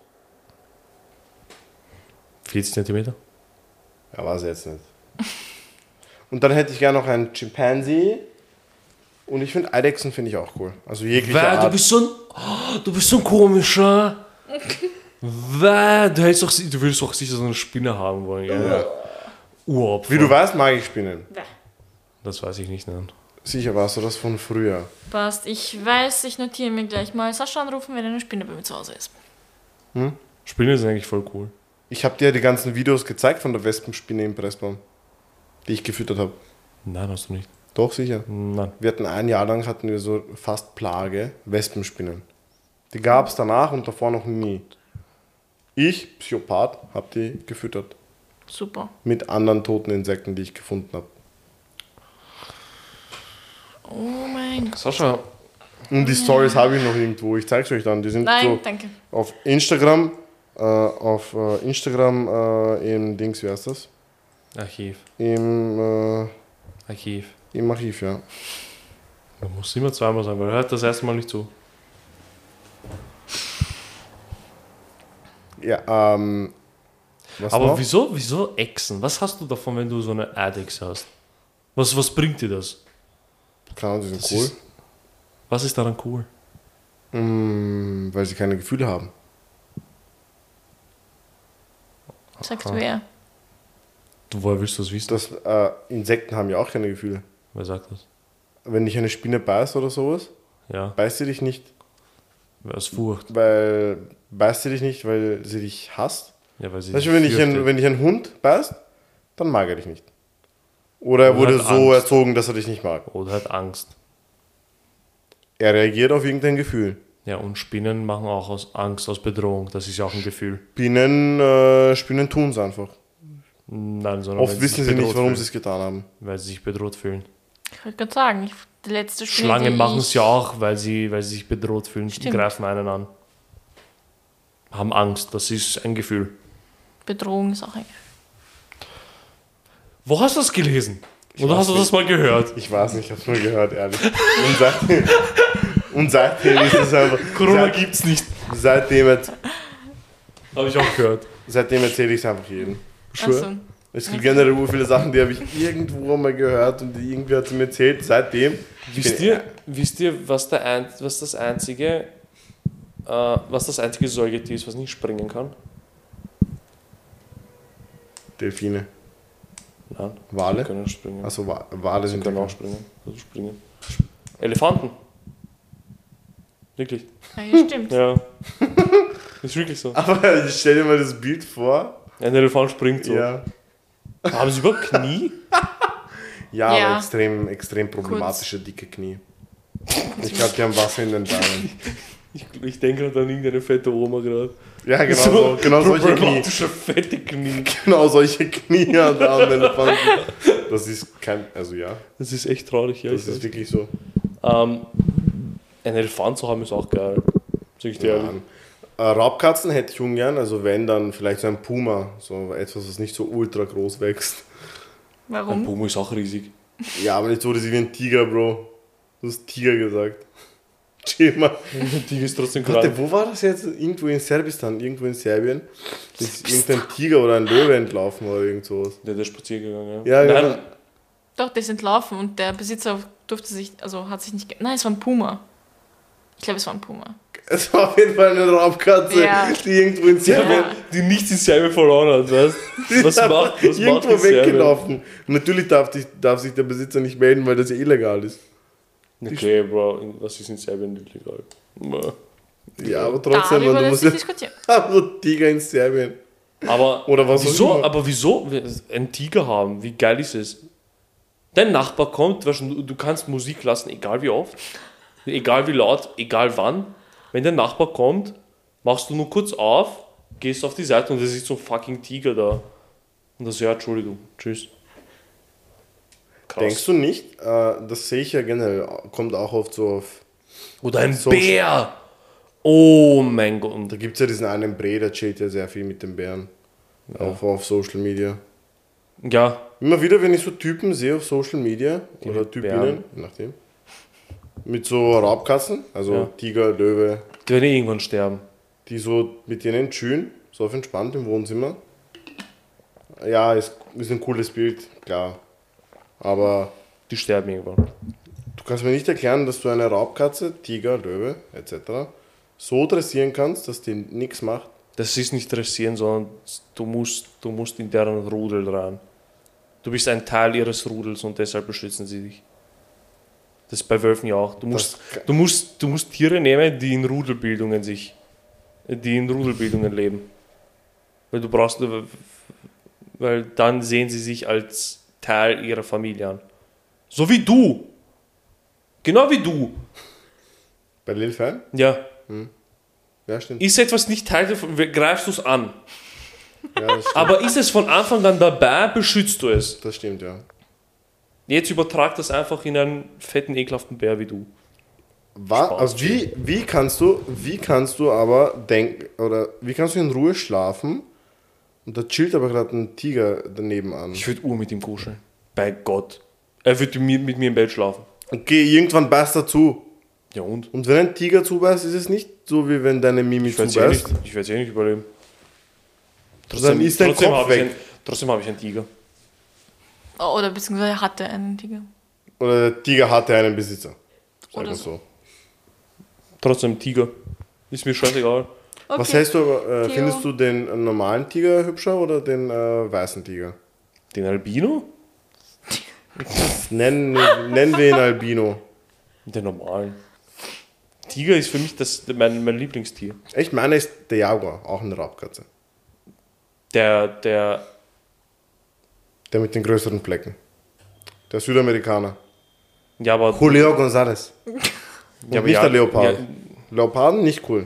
vierzig Zentimeter? Ja, weiß ich jetzt nicht. Und dann hätte ich gerne noch einen Chimpanzee. Und ich finde Eidechsen finde ich auch cool. Also jegliche Wer, du Art. bist so ein. Oh, du bist so ein komischer. Wer, du, hättest doch, du würdest doch sicher so eine Spinne haben wollen, gell? Ja. Uropfer. Wie du weißt, mag ich Spinnen. Das weiß ich nicht, nein. Sicher warst du das von früher. passt. Ich weiß, ich notiere mir gleich mal Sascha anrufen, wenn eine Spinne bei mir zu Hause ist. Spinnen sind eigentlich voll cool. Ich habe dir die ganzen Videos gezeigt von der Wespenspinne im Pressbaum, die ich gefüttert habe. Nein, hast du nicht. Doch, sicher. Nein. Wir hatten ein Jahr lang hatten wir so fast Plage Wespenspinnen. Die gab es danach und davor noch nie. Ich, Psychopath, habe die gefüttert. Super. Mit anderen toten Insekten, die ich gefunden habe. Oh mein Gott. Sascha, Und die Stories habe ich noch irgendwo. Ich zeige es euch dann. Die sind Nein, so danke. auf Instagram, äh, auf äh, Instagram äh, im Dings, wie heißt das? Archiv. Im, äh, Archiv. im Archiv, ja. Man muss immer zweimal sagen, weil er hört das erste Mal nicht zu. Ja, ähm. Was Aber noch? wieso, wieso Echsen? Was hast du davon, wenn du so eine Eidechse hast? Was, was bringt dir das? Klar, die sind Das cool. ist- Was ist daran cool? Mm, weil sie keine Gefühle haben. Sagt wer? Du, woher willst du das wissen? Das, äh, Insekten haben ja auch keine Gefühle. Wer sagt das? Wenn dich eine Spinne beißt oder sowas, Ja, beißt sie dich nicht, aus Furcht. weil beißt sie dich nicht, weil sie dich hasst. Ja, weil sie Weißt du, sich wenn dich, ein, fürchtet. wenn dich ein Hund beißt, dann mag er dich nicht. Oder er Oder wurde hat so Angst. erzogen, dass er dich nicht mag. Oder hat Angst. Er reagiert auf irgendein Gefühl. Ja, und Spinnen machen auch aus Angst, aus Bedrohung. Das ist ja auch ein Gefühl. Spinnen, äh, Spinnen tun es einfach. Nein, sondern Oft wenn wissen sich sie nicht, bedroht warum fühlen. sie es getan haben. Weil sie sich bedroht fühlen. Ich wollte gerade sagen, ich der letzte Spiel, Schlangen den machen ich- es ja auch, weil sie, weil sie sich bedroht fühlen. Die Stimmt. greifen einen an. Haben Angst, das ist ein Gefühl. Bedrohung ist auch ein Wo hast du das gelesen? Oder hast du das mal gehört? Ich weiß nicht, ich hab's nur gehört, ehrlich. Und seitdem, und seitdem ist es einfach. Corona seit, gibt's nicht. seitdem, jetzt- Habe ich auch gehört. seitdem erzähle ich es einfach jedem. Achso. Es gibt generell so viele Sachen, die habe ich irgendwo mal gehört und die irgendwie hat sie mir erzählt. Seitdem. Wisst ihr, wisst ihr was, der ein, was das einzige, äh, was das einzige Säugetier ist, was nicht springen kann? Delfine. Nein. Wale? Die können springen. Also Wa- Wale Sie sind können auch springen. Also springen. Elefanten. Wirklich. Ja, ja, stimmt. Ja. Ist wirklich so. Aber stell dir mal das Bild vor. Ein Elefant springt so. Ja. Haben sie überhaupt Knie? Ja, Ja. aber extrem, extrem problematische dicke Knie. Ich glaube, die haben Wasser in den Beinen. Ich, ich denke gerade an irgendeine fette Oma gerade. Ja, genau, so, genau solche Knie. Problematische fette Knie. Genau solche Knie an der anderen Elefanten. Das ist kein, also ja, Das ist echt traurig, ja. das ich ist weiß. wirklich so. Ähm, ein Elefant zu haben ist auch geil. Sag ich dir Ja. ehrlich. Äh, Raubkatzen hätte ich ungern, also wenn, dann vielleicht so ein Puma, so etwas, was nicht so ultra groß wächst. Ein Warum? Puma ist auch riesig. Ja, aber nicht so, dass ich wie ein Tiger, Bro. Du hast Tiger gesagt. Chill mal. Ein Tiger ist trotzdem Warte, krank. wo war das jetzt? Irgendwo in Serbistan, irgendwo in Serbien. Ist irgendein Tiger oder ein Löwe entlaufen oder irgend sowas. Der, der ist spazieren gegangen, ja. Ja, Nein, genau. Doch, der ist entlaufen und der Besitzer durfte sich, also hat sich nicht. ge- Nein, es war ein Puma. Ich glaube, es war ein Puma. Es war auf jeden Fall eine Raubkatze, Ja. die irgendwo in Serbien Ja. die nichts in Serbien verloren hat, weißt du? Was ist macht, was macht irgendwo die Serbien? weggelaufen. Und natürlich darf, dich, darf sich der Besitzer nicht melden, weil das ja illegal ist. Okay, Bro, was ist in Serbien illegal? Ja, aber trotzdem, Darüber man, du lässt musst sich ja diskutieren. aber Tiger in Serbien. Aber Oder was auch wieso, immer. aber wieso ein Tiger haben? Wie geil ist es? Dein Nachbar kommt, weißt du, du kannst Musik lassen, egal wie oft, egal wie laut, egal wann. Wenn der Nachbar kommt, machst du nur kurz auf, gehst auf die Seite und es ist so ein fucking Tiger da. Und das, ja, Entschuldigung, tschüss. Krass. Denkst du nicht? Äh, das sehe ich ja generell, kommt auch oft so auf. Oder ein So- Bär! Oh mein Gott. Da gibt es ja diesen einen Bre, der chillt ja sehr viel mit den Bären. Auch auf Social Media. Ja, Immer wieder, wenn ich so Typen sehe auf Social Media oder mit Typinnen, Bären. je nachdem, mit so Raubkatzen, also Ja. Tiger, Löwe, die werden eh irgendwann sterben. die so mit denen chillen, so auf entspannt im Wohnzimmer. Ja, ist, ist ein cooles Bild, klar. Aber Die sterben irgendwann. du kannst mir nicht erklären, dass du eine Raubkatze, Tiger, Löwe et cetera so dressieren kannst, dass die nichts macht. Das ist nicht dressieren, sondern du musst, du musst in deren Rudel rein. Du bist ein Teil ihres Rudels und deshalb beschützen sie dich. Das ist bei Wölfen ja auch. Du musst, Das- du musst, du musst Tiere nehmen, die in Rudelbildungen sich, die in Rudelbildungen leben. Weil du brauchst, weil dann sehen sie sich als Teil ihrer Familie an. So wie du. Genau wie du. Bei Lil Fan? Ja. Ja, stimmt. Ist etwas nicht Teil davon, greifst du es an. Ja, das stimmt, Aber ist es von Anfang an dabei, beschützt du es. das stimmt ja. Jetzt übertrag das einfach in einen fetten, ekelhaften Bär wie du. Wa- Spaß, also wie, wie kannst du, wie kannst du aber denken, oder wie kannst du in Ruhe schlafen und da chillt aber gerade ein Tiger daneben an? Ich würde Uhr mit ihm kuscheln. Bei Gott. Er würde mit, mit mir im Bett schlafen. Okay, irgendwann beißt er zu. Ja und? Und wenn ein Tiger zubeißt, ist es nicht so, wie wenn deine Mimi Ich werde es eh, zubeißt. nicht- ich werd's eh nicht überleben. Dann ist dein trotzdem Kopf habe ich, weg. ein, trotzdem habe ich einen Tiger. Oh, oder beziehungsweise er hatte einen Tiger. Oder der Tiger hatte einen Besitzer. Sagen Oder wir so. so. Trotzdem Tiger. Ist mir scheißegal. Okay. Was hältst du aber, äh, Theo. findest du den äh, normalen Tiger hübscher oder den äh, weißen Tiger? Den Albino? Nennen, nennen wir ihn Albino. Den normalen. Tiger ist für mich das, mein, mein Lieblingstier. Echt, meiner ist der Jaguar, auch eine Raubkatze. Der, der, Der mit den größeren Flecken. Der Südamerikaner. ja, aber. Julio González. Und ja, aber nicht ja, der Leopard. Ja, Leoparden nicht cool. ja,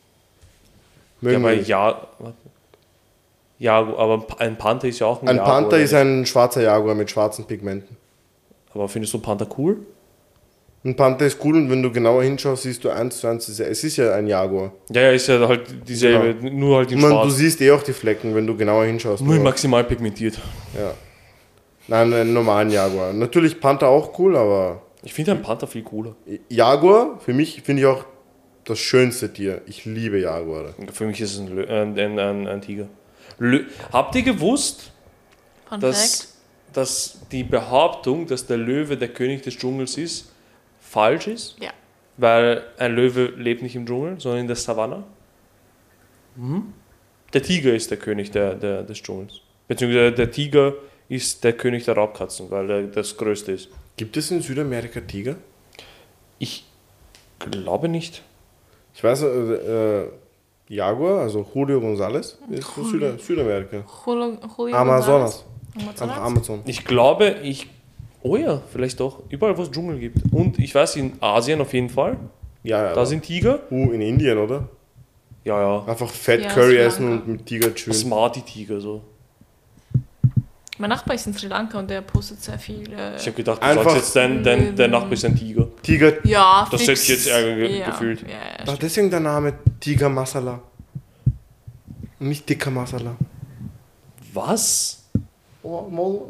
Mögen aber wir nicht. ja. warte. Ja, aber ein Panther ist ja auch ein Ein Jaguar, Panther oder ist nicht? ein schwarzer Jaguar mit schwarzen Pigmenten. Aber findest du Panther cool? Ein Panther ist cool und wenn du genauer hinschaust, siehst du eins zu eins, es ist ja ein Jaguar. Ja, ja, ist ja halt dieselbe, Genau. nur halt in Man, du schwarz. siehst eh auch die Flecken, wenn du genauer hinschaust. Nur aber- maximal pigmentiert. Ja. Nein, einen normalen Jaguar. Natürlich Panther auch cool, aber Ich finde einen Panther viel cooler. Jaguar, für mich finde ich auch das schönste Tier. Ich liebe Jaguare. Für mich ist es ein, Lö äh, ein, ein, ein Tiger. Lö Habt ihr gewusst, Fun Fact. dass, dass die Behauptung, dass der Löwe der König des Dschungels ist, falsch ist? Ja. Weil ein Löwe lebt nicht im Dschungel, sondern in der Savanne. Mhm. Der Tiger ist der König der, der, des Dschungels. Beziehungsweise der Tiger ist der König der Raubkatzen, weil er das Größte ist. Gibt es in Südamerika Tiger? Ich glaube nicht. Ich weiß, äh, äh, Jaguar, also Julio González, ist von Süda Südamerika. Julio, Julio Amazonas. González. Einfach Amazonas? Amazon. Ich glaube, ich. Oh ja, vielleicht doch. Überall, wo es Dschungel gibt. Und ich weiß, in Asien auf jeden Fall. Ja, ja. Da sind Tiger. uh, in Indien, oder? Ja, ja. Einfach Fett Ja, Curry Sri essen Lanka. und mit Tiger chillen. Smarty-Tiger so. Mein Nachbar ist in Sri Lanka und der postet sehr viel. Äh, Ich habe gedacht, du Einfach- sagst jetzt, dein, dein, dein Nachbar ist ein Tiger. Tiger, ja, Das fix. hätte ich jetzt eher ge- ja, gefühlt. Ja, ja, ah, deswegen der Name Tiger Masala. Nicht dicker Masala. Was? Oh,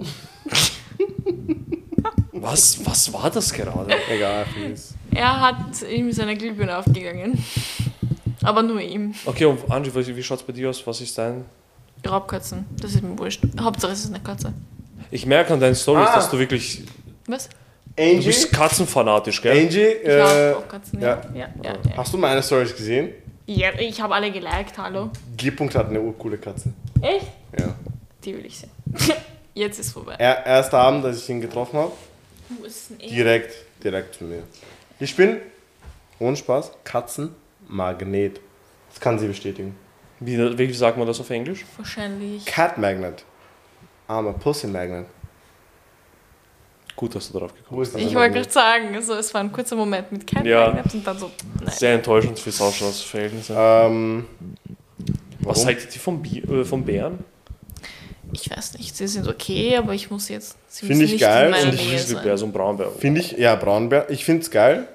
Was, was war das gerade? Egal, vergiss. Er hat ihm seine Glühbirne aufgegangen. Aber nur ihm. Okay, und Angie, wie schaut es bei dir aus? Was ist dein... Raubkatzen. Das ist mir wurscht. Hauptsache es ist eine Katze. Ich merke an deinen Stories, Ah. dass du wirklich... Was? Du Angie, bist katzenfanatisch, gell? Angie, Ich äh, habe auch Katzen. ja. Ja, ja, ja. ja. hast du meine Stories gesehen? ja ich habe alle geliked, hallo. G-Punkt hat eine urcoole Katze. Echt? Ja. Die will ich sehen. Jetzt ist vorbei. Er, erster Abend, als ich ihn getroffen habe, Wo ist denn er? direkt, direkt zu mir. Ich bin, ohne Spaß, Katzenmagnet. Das kann sie bestätigen. Wie, wie sagt man das auf Englisch? Wahrscheinlich. Cat Magnet. I'm a Pussy Magnet. Gut, dass du darauf gekommen Wo ist das? Ich wollte gerade sagen, also es war ein kurzer Moment mit Cat Ja. Magnet und dann so. Nein. bist. Sehr enttäuschend fürs Ausschussverhältnisse. Ähm, Was warum? haltet ihr vom, Bi äh, vom Bären? Ich weiß nicht, sie sind okay, aber ich muss jetzt. Sie Find müssen ich nicht geil in meiner und Nähe Grizzlybär, sein. so ein Braunbär. Finde ich, ja, Braunbär. Ich finde es geil.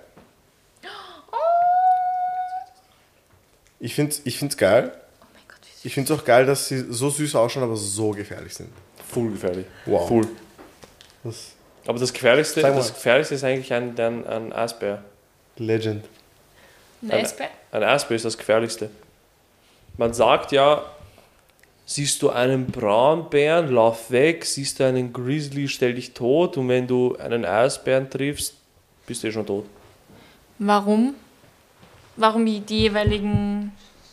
Ich finde es ich find's geil. Oh mein Gott, wie süß. Ich finde es auch geil, dass sie so süß ausschauen, aber so gefährlich sind. Voll gefährlich. Wow. Voll. Das Aber das Gefährlichste, Sag mal. das Gefährlichste ist eigentlich ein, ein, ein Eisbär. Legend. Ein Eisbär? Ein Eisbär ist das Gefährlichste. Man sagt ja, siehst du einen Braunbären, lauf weg, siehst du einen Grizzly, stell dich tot und wenn du einen Eisbären triffst, bist du eh schon tot. Warum? Warum die die jeweiligen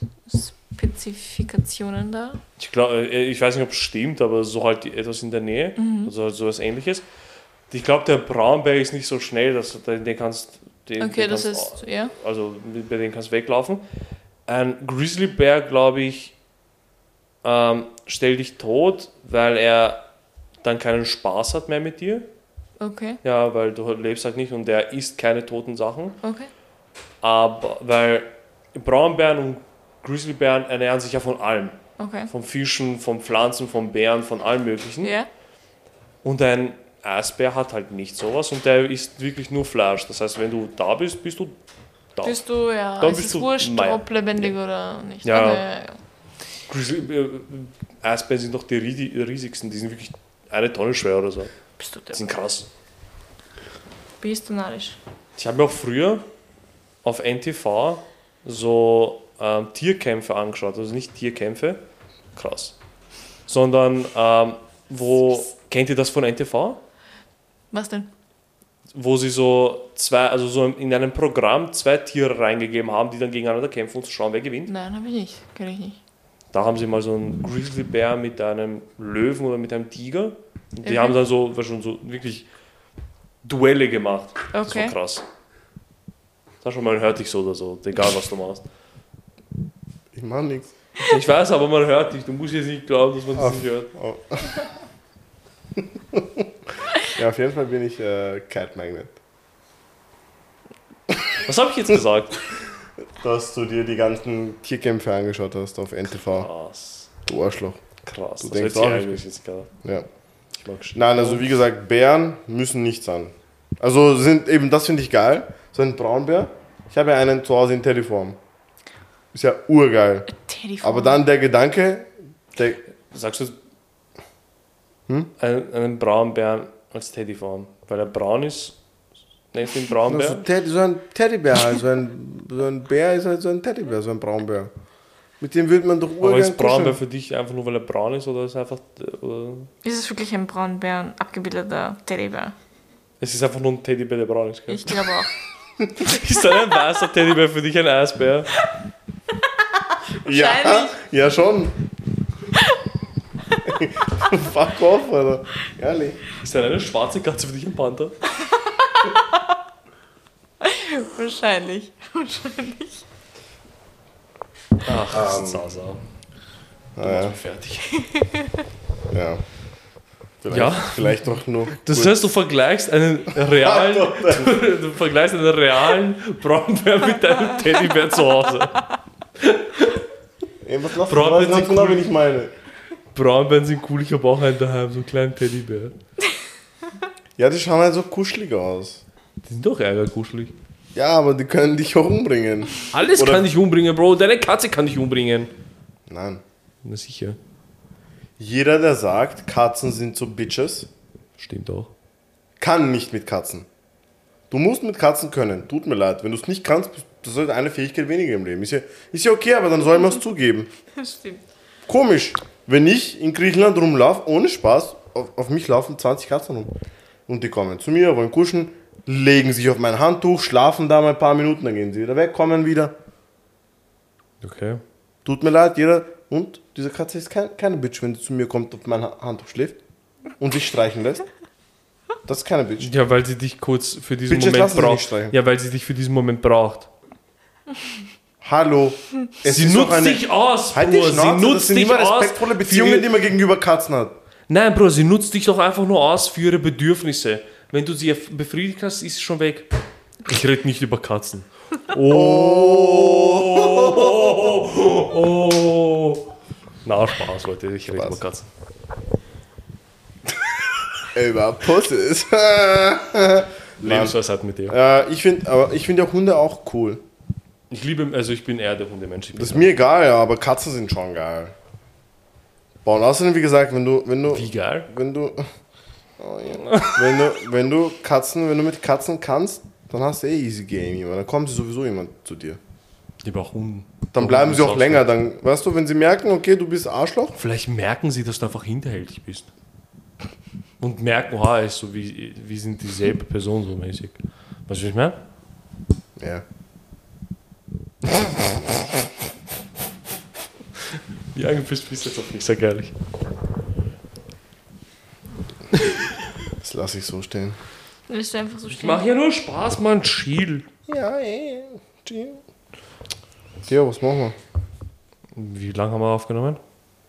Spezifikationen da? Ich, glaub, äh, ich weiß nicht, ob es stimmt, aber so halt etwas in der Nähe, also halt so was Ähnliches. Ich glaube, der Braunbär ist nicht so schnell, dass du den kannst. Den, Okay, den das kannst, ist, ja. Also bei denen kannst du weglaufen. Ein Grizzlybär, glaube ich, ähm, stellt dich tot, weil er dann keinen Spaß hat mehr mit dir. Okay, Ja, weil du lebst halt nicht und der isst keine toten Sachen. okay. Aber weil Braunbären und Grizzlybären ernähren sich ja von allem. Okay. Von Fischen, von Pflanzen, von Bären, von allem möglichen. Ja, Und ein Eisbär hat halt nicht sowas und der isst wirklich nur Fleisch. Das heißt, wenn du da bist, bist du da. bist du, ja, Dann es bist ist du wurscht, Meier. ob lebendig oder nicht. Ja. Okay, ja, ja. Grizzly, äh, Eisbären sind doch die ri- riesigsten, die sind wirklich eine Tonne schwer oder so. Bist du Die der? sind krass. Bist du narrisch? Ich habe mir auch früher auf N T V so ähm, Tierkämpfe angeschaut, also nicht Tierkämpfe, krass, sondern ähm, wo, kennt ihr das von N T V? Was denn? Wo sie so zwei, also so in einem Programm zwei Tiere reingegeben haben, die dann gegeneinander kämpfen und zu schauen, wer gewinnt. Nein, habe ich nicht. Kenn ich nicht. Da haben sie mal so einen Grizzlybär mit einem Löwen oder mit einem Tiger. Und die Okay. haben dann so, war schon so wirklich Duelle gemacht. Das Okay. war krass. Das schon mal hört dich so oder so, egal was du machst. Ich mach nichts. Ich weiß, aber man hört dich. Du musst jetzt nicht glauben, dass man das Auf- nicht hört. Oh. Ja, auf jeden Fall bin ich äh, Cat Magnet. Was habe ich jetzt gesagt? Dass du dir die ganzen Tierkämpfe angeschaut hast auf N T V. Krass. Du Arschloch. Krass. Du das denkst hört sich auch eigentlich jetzt gerade. Ja. Ich mag Sch- Nein, also wie gesagt, Bären müssen nicht sein. Also sind eben, das finde ich geil. So ein Braunbär. Ich habe ja einen zu Hause in Teddyform. Ist ja urgeil. Teddyform. Aber dann der Gedanke, der, Sagst du jetzt hm? einen, einen Braunbären als Teddyform? Weil er braun ist, nennst du ihn so, Braunbär? Teddy, so ein Teddybär halt. So ein, so ein Bär ist halt so ein Teddybär, so ein Braunbär. Mit dem würde man doch urgern Aber ist Braunbär kuscheln. für dich einfach nur, weil er braun ist oder ist er einfach... Oder? Ist es wirklich ein Braunbär, abgebildeter Teddybär? Es ist einfach nur ein Teddybär, der braun ist, gell? Ich glaube auch. Ist dann ein weißer Teddybär für dich ein Eisbär? Ja, Wahrscheinlich. ja schon. Fuck off, Alter. Ehrlich. Ist dann eine schwarze Katze für dich ein Panther? Wahrscheinlich. Wahrscheinlich. Ach, das ist sau, sau. Ah, ja. Fertig. Ja. Vielleicht, Ja. vielleicht doch nur. Das gut. heißt, du vergleichst einen realen, du, du vergleichst einen realen Braunbär mit deinem Teddybär zu Hause. Ey, was lachst du? Braun, Du weißt wenn ganz sie genau, cool- wen ich meine. Braunbären sind cool, ich habe auch einen daheim, so einen kleinen Teddybär. Ja, die schauen halt so kuschelig aus. Die sind doch ärgerkuschelig. Ja, aber die können dich auch umbringen. Alles Oder- kann dich umbringen, Bro. Deine Katze kann dich umbringen. Nein. Na sicher. Jeder, der sagt, Katzen sind so Bitches, Stimmt auch. kann nicht mit Katzen. Du musst mit Katzen können. Tut mir leid. Wenn du es nicht kannst, das ist halt eine Fähigkeit weniger im Leben. Ist ja, ist ja okay, aber dann soll man es zugeben. Das stimmt. Komisch. Wenn ich in Griechenland rumlaufe, ohne Spaß, auf, auf mich laufen zwanzig Katzen rum. Und die kommen zu mir, wollen kuschen, legen sich auf mein Handtuch, schlafen da mal ein paar Minuten, dann gehen sie wieder weg, kommen wieder. Okay. Tut mir leid, jeder. Und diese Katze ist kein, keine Bitch, wenn sie zu mir kommt, auf mein Ha- Handtuch schläft und sich streichen lässt. Das ist keine Bitch. Ja, weil sie dich kurz für diesen Bitches Moment lassen sich nicht braucht. streichen. Ja, weil sie dich für diesen Moment braucht. Hallo. Es Sie ist doch nutzt eine- dich aus, Halt die Bro. Schnauze, Sie das nutzt sind dich immer aus. respektvolle für Beziehungen, ihre- die man gegenüber Katzen hat. Nein, Bro, sie nutzt dich doch einfach nur aus für ihre Bedürfnisse. Wenn du sie befriedigt hast, ist sie schon weg. Ich rede nicht über Katzen. Oh. oh, oh. Na, Spaß, Leute. Ich rede Spaß. über Katzen. Über Pussys. Lebensweisheit mit dir. äh, ich finde aber ich finde ja Hunde auch cool. Ich liebe, also ich bin eher der Hundemensch. Ich bin Das ist mir egal, ja, aber Katzen sind schon geil. Boah, und außerdem, wie gesagt, wenn du, wenn du, Wie geil? wenn du, oh, ja. wenn du, wenn du Katzen, wenn du mit Katzen kannst, dann hast du eh easy game, Junge. Dann kommt sowieso jemand zu dir. Ich liebe auch Hunde. Dann bleiben sie auch länger. Dann, weißt du, wenn sie merken, okay, du bist Arschloch. Vielleicht merken sie, dass du einfach hinterhältig bist. Und merken, ha, ist so wie, wie sind dieselbe Person so mäßig. Weißt du, was ich meine? Ja. Wie angepisst bist du jetzt auf mich, sag ehrlich. Das lasse ich so stehen. Willst du einfach so Ich stehen? mach ja nur Spaß, Mann, chill. Ja, ey. Ja, was machen wir? Wie lange haben wir aufgenommen?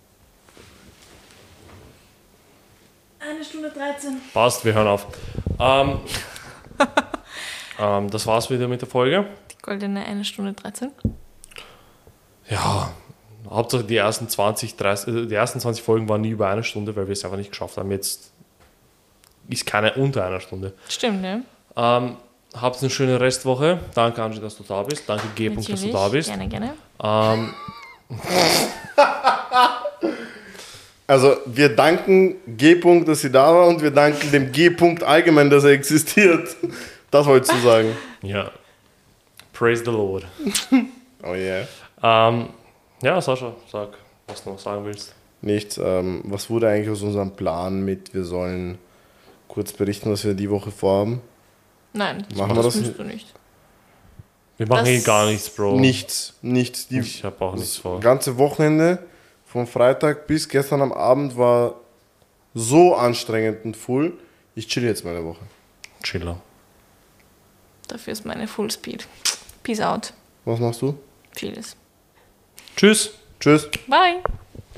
Eine Stunde dreizehn. Passt, wir hören auf. Ähm, ähm, das war's wieder mit der Folge. Die goldene eine Stunde dreizehn. Ja, Hauptsache die ersten zwanzig, dreißig, äh, die ersten zwanzig Folgen waren nie über eine Stunde, weil wir es einfach nicht geschafft haben. Jetzt ist keine unter einer Stunde. Stimmt, ne? Ähm, habt eine schöne Restwoche. Danke, Angie, dass du da bist. Danke, G. Punkt, dass du da bist. Gerne, gerne. Ähm, Also, wir danken G. -Punkt, dass sie da war und wir danken dem G. -Punkt allgemein, dass er existiert. Das wolltest du sagen. ja. Praise the Lord. Oh yeah. Ähm, ja, Sascha, sag, was du noch sagen willst. Nichts. Ähm, was wurde eigentlich aus unserem Plan mit, wir sollen kurz berichten, was wir die Woche vorhaben? Nein, das, Machen wir das das musst du nicht. Wir machen Das- hier gar nichts, Bro. Nichts. Nichts. Die, Ich habe auch nichts das vor. ganze Wochenende, von Freitag bis gestern am Abend, war so anstrengend und full. Ich chill jetzt meine Woche. Chiller. Dafür ist meine Full Speed. Peace out. Was machst du? Vieles. Tschüss. Tschüss. Bye.